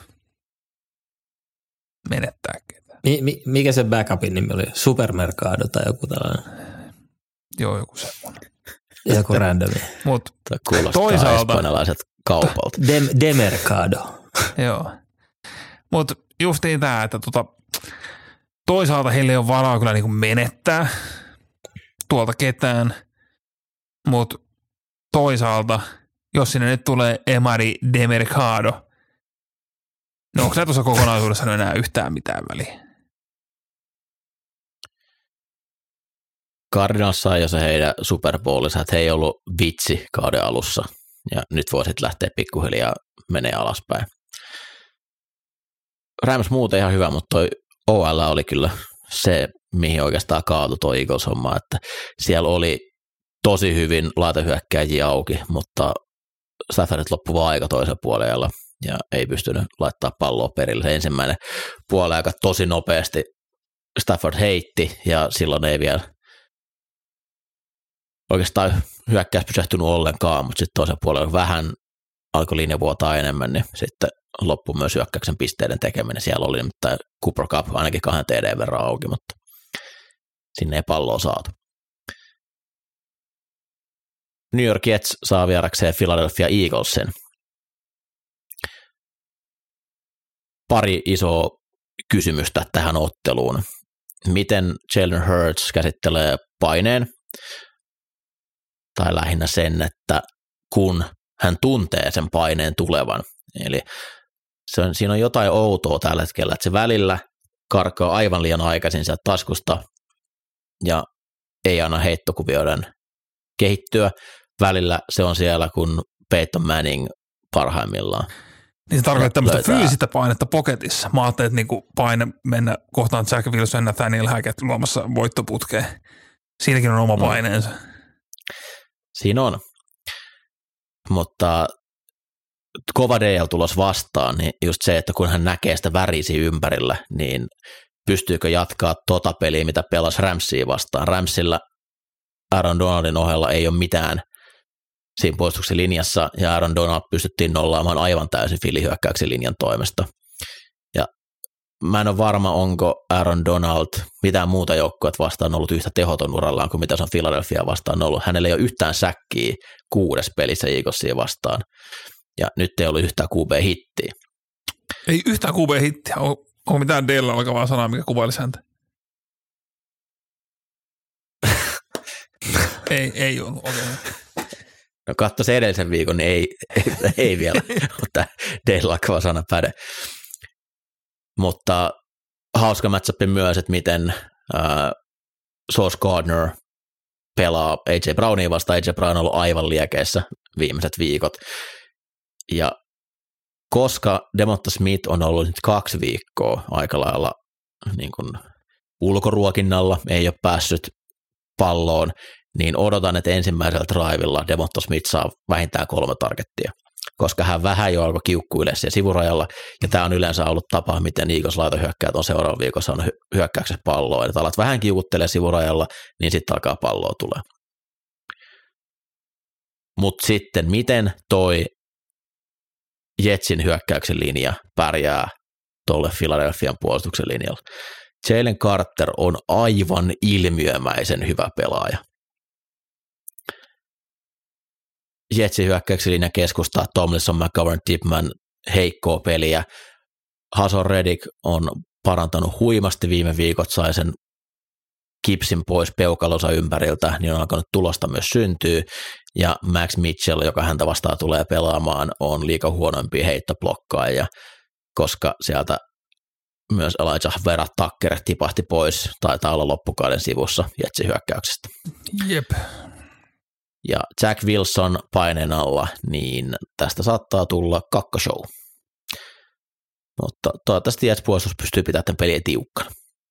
menettää ketään. Mikä se backupin nimi oli? Supermercado tai joku tällainen? Joo, joku semmoinen. Joku randomi. Mutta kuulostaa espanjalaiset kaupalta. Demercado. Joo. Mutta justiin tämä, että toisaalta heillä ei ole varaa kyllä niinku menettää. tuolta ketään, mutta toisaalta, jos sinne nyt tulee Emari Demercado, niin onko se tuossa kokonaisuudessa enää yhtään mitään väliä? Cardinals sai jo se heidän Super Bowlissa, että he ei ollut vitsi kauden alussa, ja nyt voi sitten lähteä pikkuhiljaa menee alaspäin. Rams muuten ihan hyvä, mutta toi OL oli kyllä se, mihin oikeastaan kaatui toi Eagles-homma, että siellä oli tosi hyvin laitahyökkääjiä auki, mutta Staffordit loppui vaan aika toisen puolella ja ei pystynyt laittaa palloa perille. Se ensimmäinen puoliaika tosi nopeasti Stafford heitti ja silloin ei vielä oikeastaan hyökkäys pysähtynyt ollenkaan, mutta sitten toisen puolella vähän alkoi linja vuotaa enemmän, niin sitten loppui myös hyökkäyksen pisteiden tekeminen. Siellä oli nimittäin Cooper Cup ainakin 2 TD verran auki, mutta sinne ei palloa saatu. New York Jets saa vierakseen Philadelphia Eaglesin. Pari isoa kysymystä tähän otteluun. Miten Jalen Hurts käsittelee paineen? Tai lähinnä sen, että kun hän tuntee sen paineen tulevan. Eli siinä on jotain outoa tällä hetkellä, että se välillä karkaa aivan liian aikaisin sieltä taskusta ja ei anna heittokuvioiden kehittyä. Välillä se on siellä, kun Peyton Manning parhaimmillaan. Niin se tarkoittaa tämmöistä fyysistä painetta poketissa. Mä ajattelin, että niinku paine mennä kohtaan Jack Wilson ja Nathaniel Hackett luomassa voittoputkeen. Siinäkin on oma paineensa. Siinä on. Mutta kova DL tulos vastaan, niin just se, että kun hän näkee sitä värisiä ympärillä, niin pystyykö jatkaa tota peliä, mitä pelasi Ramsia vastaan. Ramsilla Aaron Donaldin ohella ei ole mitään siinä puolustuksen linjassa, ja Aaron Donald pystyttiin nollaamaan aivan täysin Philly-hyökkäyksen linjan toimesta. Ja mä en ole varma, onko Aaron Donald mitään muuta joukkuetta vastaan ollut yhtä tehoton urallaan kuin mitä se on Philadelphia vastaan ollut. Hänellä ei ole yhtään säkkiä 6 pelissä Eaglesia vastaan, ja nyt ei ollut yhtään QB-hittiä. Ei yhtään QB-hittiä. Onko mitään Della alkavaa sanaa, mikä kuvailisi häntä? ei ollut. Okay. No katso se edellisen viikon, niin ei vielä, mutta Dale alkava sana päde. Mutta hauska matchup myös, että miten Sauce Gardner pelaa A.J. Brownia vastaan. A.J. Brown on ollut aivan liekeissä viimeiset viikot. Ja koska Devonta Smith on ollut nyt 2 viikkoa aika lailla niin kuin ulkoruokinnalla, ei ole päässyt palloon, niin odotan, että ensimmäisellä drivilla Devonta Smith saa vähintään 3 targettia, koska hän vähän jo alkoi kiukkuille siellä sivurajalla, ja tämä on yleensä ollut tapa, miten Eagles laitohyökkäät on seuraavalla viikolla saanut hyökkäyksessä palloa, että alat vähän kiukuttelee sivurajalla, niin sitten alkaa palloa tulee. Mutta sitten, miten toi Jetsin hyökkäyksen linja pärjää tuolle Philadelphian puolustuksen linjalla? Jalen Carter on aivan ilmiömäisen hyvä pelaaja. Jetsin hyökkäyksen linja keskustaa Tomlinson, McGovern, Tipman, heikkoa peliä. Haason Reddick on parantanut huimasti viime viikot, sai sen kipsin pois peukalonsa ympäriltä, niin on alkanut tulosta myös syntyä. Ja Max Mitchell, joka häntä vastaan tulee pelaamaan, on liiga huonoimpia heittoblokkaaja, koska sieltä myös Elijah Vera Tucker tipahti pois, taitaa olla loppukauden sivussa Jetsin hyökkäyksestä. Jep. Ja Jack Wilson paineen alla, niin tästä saattaa tulla kakkoshow. Mutta toivottavasti Jets puolustus pystyy pitämään tämän pelin tiukkana.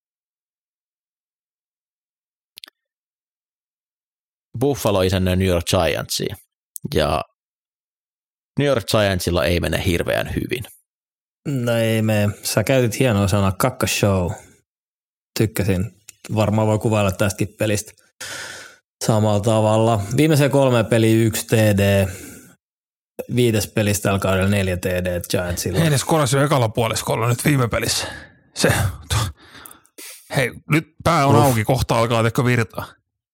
Buffalo isännöi New York Giantsia, ja New York Giantsilla ei mene hirveän hyvin. No ei mene. Sä käytit hienoa sanaa kakkoshow. Tykkäsin. Varmaan voi kuvailla tästäkin pelistä samalla tavalla. Viimeiseen 3 peliä 1 TD. 5 pelistä tällä kaudella 4 TD Giantsilla. Edes korasi jo ekalla puoliskolla nyt viime pelissä. Hei, nyt pää on auki, kohta alkaa teko virtaa.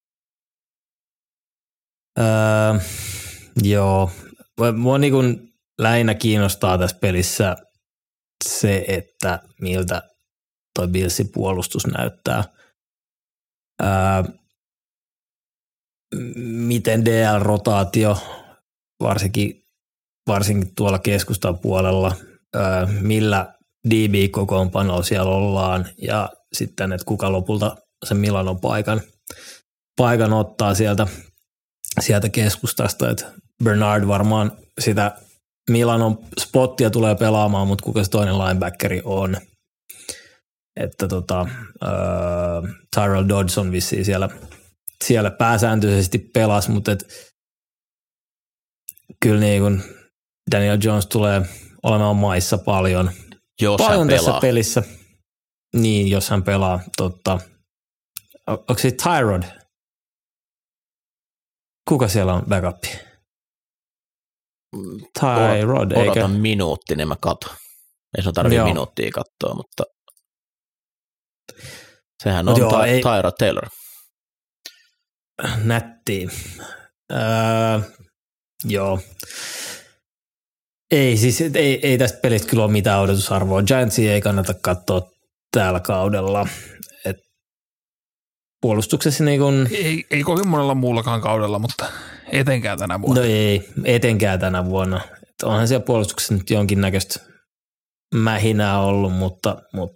Joo. Mua niin kuin lähinnä kiinnostaa tässä pelissä se, että miltä toi Billsin puolustus näyttää. miten DL-rotaatio, varsinkin tuolla keskustan puolella, millä DB-kokoonpanolla siellä ollaan ja sitten, että kuka lopulta sen Milanon paikan ottaa sieltä keskustasta, että Bernard varmaan sitä Milanon spottia tulee pelaamaan, mutta kuka se toinen linebackeri on. Että Tyrell Dodson vissiin siellä pääsääntöisesti pelasi, mutta kyllä niin kuin Daniel Jones tulee olemaan maissa paljon tässä pelissä. Niin, jos hän pelaa, totta. Onko se Tyrod? Kuka siellä on backup? Tyrod, eikö? Odotan minuutti, niin mä katon. Ei sun tarvitse minuuttia katsoa, mutta sehän on Tyrod Taylor. Nättiin. Joo. Ei tästä pelistä kyllä ole mitään odotusarvoa. Giantsia ei kannata katsoa tällä kaudella. Puolustuksessa niin kun ei kovin monella muullakaan kaudella, mutta etenkään tänä vuonna. No ei, etenkään tänä vuonna. Et onhan siellä puolustuksessa nyt jonkinnäköistä mähinää ollut, mutta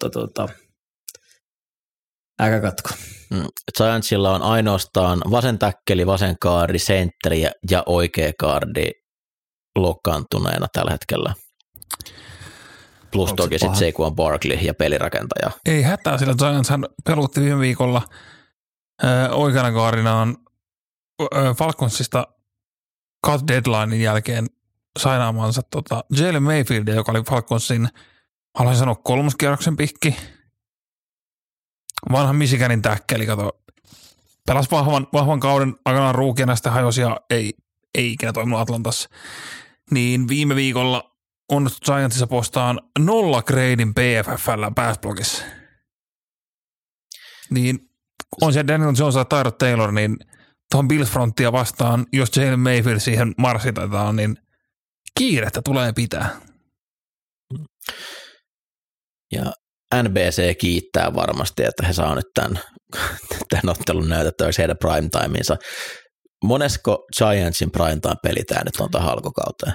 äkä katko. Giantsilla on ainoastaan vasen täkkeli, vasen kaardi, sentteri ja oikea kaardi lokkaantuneena tällä hetkellä. Plus toki sitten Saquon Barkley ja pelirakentaja. Ei hätää, sillä Giantshan pelutti viime viikolla oikeana kaarinaan Falconsista cut deadlinein jälkeen sainaamansa Jalen Mayfield, joka oli Falconsin, haluaisin sanoa 3. kierroksen pikki. Vanha Michiganin täkkeli, pelasi vahvan kauden aikanaan ruukiana, sitten hajosi ja ei ikinä toiminut Atlantassa. Niin viime viikolla onnistui Giantsissa postaan 0 gradein PFF:llä passblockissa. Niin on se Daniel Jones ja Tyrod Taylor, niin tuohon Bills-fronttia vastaan, jos Jalen Mayfield siihen marssitetaan, niin kiirettä tulee pitää. Ja NBC kiittää varmasti, että he saa nyt tämän ottelun näytettäväksi heidän prime-timeinsa. Monesko Giantsin prime-time-peli tämä nyt on tähän alkukauteen?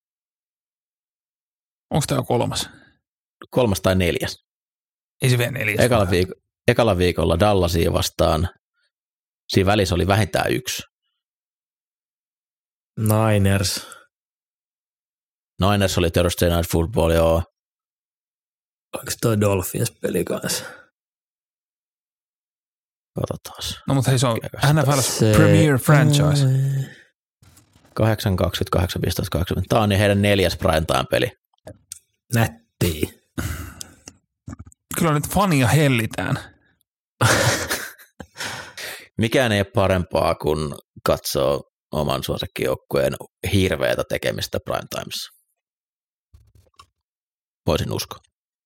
Onko tämä 3? 3 tai 4? Ei se vielä 4. Ekalla viikolla Dallasia vastaan. Siinä välissä oli vähintään 1. Niners oli Thursday Night Football, joo. Onko toi Dolphins-peli kanssa? Katsotaan. No mutta hei, se on NFL Premier Franchise. 8, 28, 15, 20. Tämä on niin heidän 4. primetime-peli. Nättiä. Kyllä nyt fania hellitään. Mikään ei ole parempaa kuin katsoo oman suosikkijoukkueen hirveätä tekemistä primetimeissa. Voisin uskoa.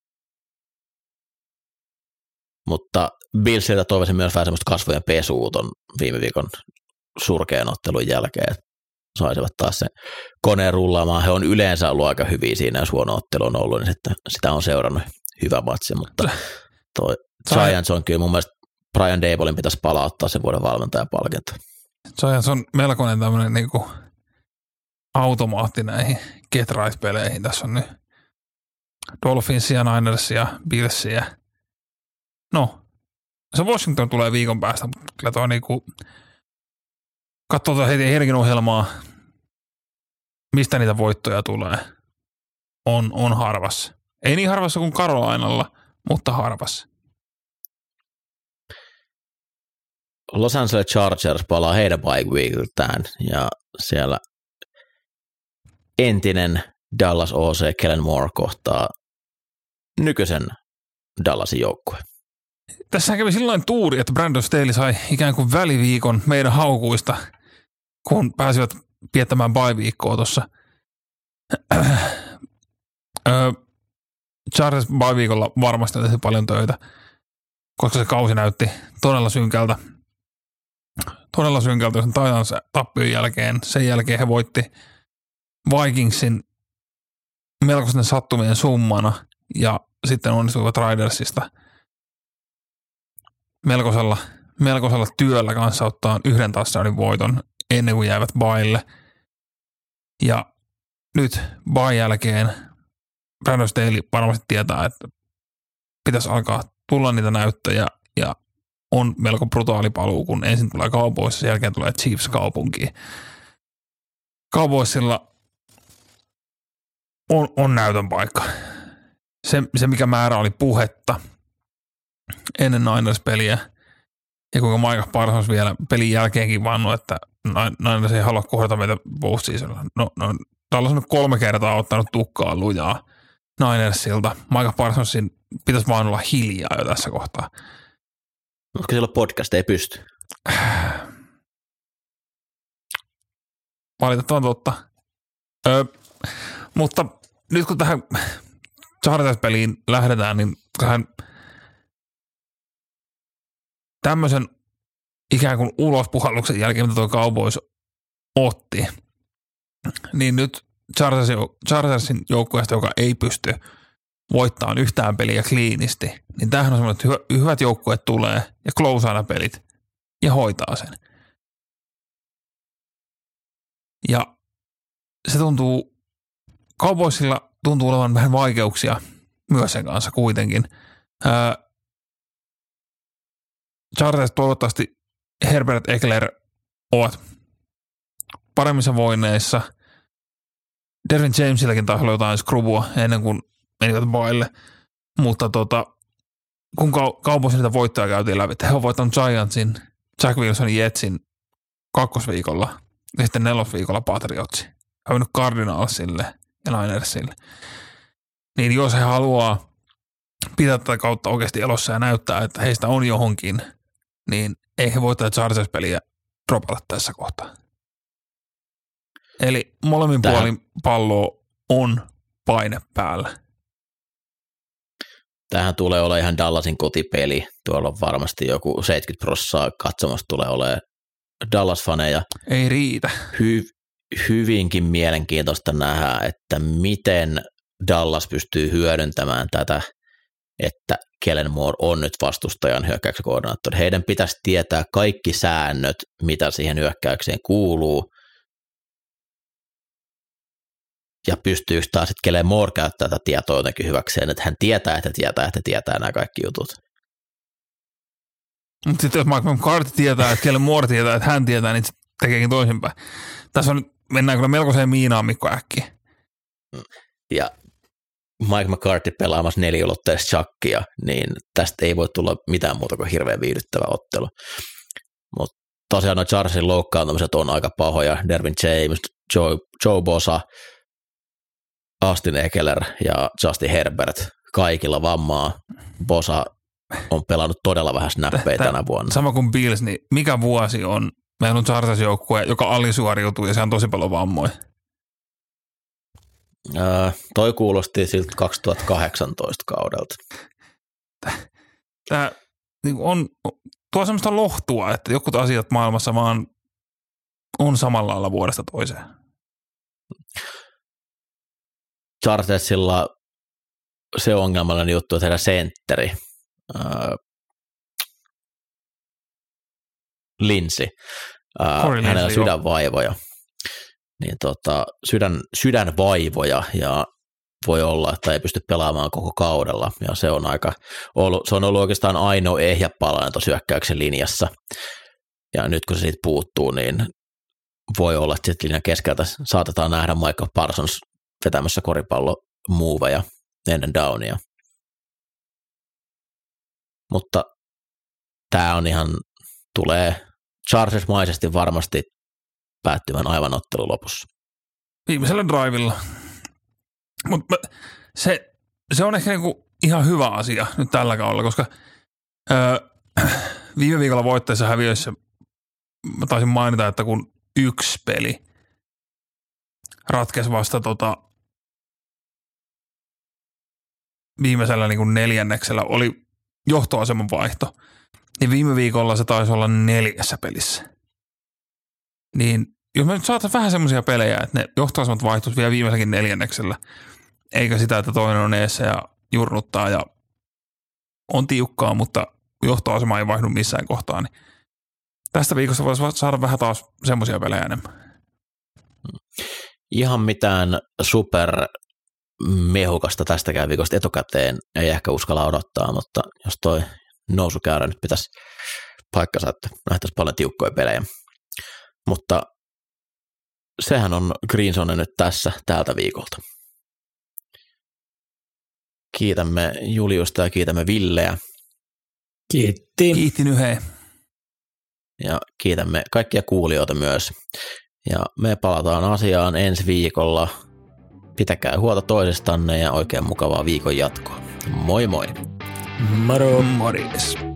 Mutta Billsiltä toivoisin myös vähän semmoista kasvojen pesua ton viime viikon surkean ottelun jälkeen, että saisivat taas sen koneen rullaamaan. He on yleensä ollut aika hyviä siinä, jos huono ottelu on ollut, niin sitten sitä on seurannut hyvä matsi, mutta toi Giants on kyllä mun mielestä Brian Dabolin pitäisi palauttaa sen vuoden valmentajapalkinto. Giants on melkoinen tämmöinen niinku automaatti näihin get right-peleihin. Tässä on nyt Dolphinsia, Ninersia, Billsia. No, se Washington tulee viikon päästä, mutta kyllä tuo niinku, katsotaan heti heidänkin ohjelmaa, mistä niitä voittoja tulee. On harvassa. Ei niin harvassa kuin Carolinalla, mutta harvassa. Los Angeles Chargers palaa heidän bye weekiltään ja siellä entinen Dallas OC Kellen Moore kohtaa nykyisen Dallasin joukkueen. Tässä kävi silloin tuuri, että Brandon Staley sai ikään kuin väliviikon meidän haukuista, kun pääsivät viettämään bye-viikkoa tuossa. Chargers bye-viikolla varmasti tehty paljon töitä, koska se kausi näytti todella synkältä. Todella synkältä sen Titans tappion jälkeen. Sen jälkeen he voitti Vikingsin melkoisten sattumien summana ja sitten onnistuivat Ridersista melkoisella työllä kanssa ottaa 1 touchdownin voiton ennen kuin jäivät baille. Ja nyt bain jälkeen Brandon Staley varmasti tietää, että pitäisi alkaa tulla niitä näyttöjä ja on melko brutaali paluu, kun ensin tulee Cowboys, sen jälkeen tulee Chiefs kaupunkiin. Cowboysilla on näytön paikka. Se, mikä määrä oli puhetta ennen Niners-peliä ja kuinka Micah Parsons vielä pelin jälkeenkin vannut, että Niners ei halua kohdata meitä postseasonilla. No, Dallas on nyt 3 kertaa ottanut tukkaa lujaa Ninersilta. Micah Parsonsin pitäisi vaan olla hiljaa jo tässä kohtaa. Koska siellä podcast ei pysty. Valitettavan totta. Mutta nyt kun tähän Chargers-peliin lähdetään, niin tämmöisen ikään kuin ulospuhalluksen jälkeen, mitä tuo Cowboys otti, niin nyt Chargersin joukkueesta, joka ei pysty voittamaan yhtään peliä kliinisti, niin tämähän on semmoinen, että hyvät joukkueet tulee ja closeaa pelit ja hoitaa sen. Ja se Cowboysilla tuntuu olevan vähän vaikeuksia myös sen kanssa kuitenkin. Chargers toivottavasti Herbert Ekeler ovat paremmissa voineissa. Derwin Jamesillakin taisi olla jotain skrubua ennen kuin menivät baille, mutta kun Cowboys niitä voittoja käytiin läpi, he ovat voittanut Giantsin, Jack Wilsonin Jetsin 2. viikolla ja sitten 4. viikolla Patriotsi. He on mennyt Cardinalsille ja Ninersille. Niin jos he haluaa pitää tätä kautta oikeasti elossa ja näyttää, että heistä on johonkin, niin ei he voi tätä Chargers-peliä dropata tässä kohtaa. Eli molemmin puolin palloa on paine päällä. Tämähän tulee olemaan ihan Dallasin kotipeli. Tuolla on varmasti joku 70% katsomassa tulee olemaan Dallas-faneja. Ei riitä. Hyvinkin mielenkiintoista nähdä, että miten Dallas pystyy hyödyntämään tätä, että Kellen Moore on nyt vastustajan hyökkäyksen koordinaattori. Heidän pitäisi tietää kaikki säännöt, mitä siihen hyökkäykseen kuuluu. Ja pystyykö taas sitten Kellen Moore käyttää tätä tietoa jotenkin hyväkseen, että hän tietää nämä kaikki jutut. Mutta sitten jos Mike McCarthy tietää, että Kellen Moore tietää, että hän tietää, niin se tekeekin toisinpäin. Tässä on, mennään kyllä melkoiseen miinaan Mikko äkkiä. Ja Mike McCarthy pelaamassa 4-ulotteista shakkia, niin tästä ei voi tulla mitään muuta kuin hirveän viihdyttävä ottelu. Mutta tosiaan nuo Chargersin loukkaantumiset on aika pahoja. Derwin James, Joe Bosa, Austin Ekeler ja Justin Herbert, kaikilla vammaa. Bosa on pelannut todella vähän snappeja tänä vuonna. Sama kuin Bills, niin mikä vuosi on? Meillä on Chargers-joukkue, joka alisuoriutuu ja se on tosi paljon vammoja. Toi kuulosti siltä 2018 kaudelta. Tämä tuo semmoista lohtua, että jotkut asiat maailmassa vaan on samalla lailla vuodesta toiseen. Chargersilla se ongelmallinen juttu, että heidän sentteri, Lindsey, hänellä on sydänvaivoja. Niin sydänvaivoja ja voi olla, että ei pysty pelaamaan koko kaudella. Ja se on ollut oikeastaan ainoa ehjä palanen tuossa hyökkäyksen linjassa. Ja nyt kun se siitä puuttuu, niin voi olla, että sitten linjan keskeltä saatetaan nähdä Micah Parsons vetämässä koripallomuoveja ennen downia. Mutta tämä on tulee Chargers-maisesti varmasti päättymään aivan ottelun lopussa. Viimeisellä drivilla. Mutta se on ehkä niinku ihan hyvä asia nyt tällä kaudella, koska viime viikolla voitteessa häviöissä mä taisin mainita, että kun yksi peli ratkesi vasta viimeisellä niinku neljänneksellä oli johtoaseman vaihto, niin viime viikolla se taisi olla 4 pelissä. Niin jos me nyt saataisiin vähän semmoisia pelejä, että ne johtoasemat vaihtuisi vielä viimeiselläkin neljänneksellä, eikä sitä, että toinen on eessä ja jurnuttaa ja on tiukkaa, mutta johtoasema ei vaihdu missään kohtaa, niin Tästä viikosta voisi saada vähän taas semmoisia pelejä enemmän. Ihan mitään super mehukasta tästäkään viikosta etukäteen ei ehkä uskalla odottaa, mutta jos toi nousukäyrä nyt pitäisi paikkansa, että nähtäisiin paljon tiukkoja pelejä. Mutta sehän on Green Zone nyt tässä tältä viikolta. Kiitämme Juliusta ja kiitämme Villeä. Kiitin yhden. Ja kiitämme kaikkia kuulijoita myös. Ja me palataan asiaan ensi viikolla. Pitäkää huolta toisistanne ja oikein mukavaa viikon jatkoa. Moi moi! Moro! Morjes!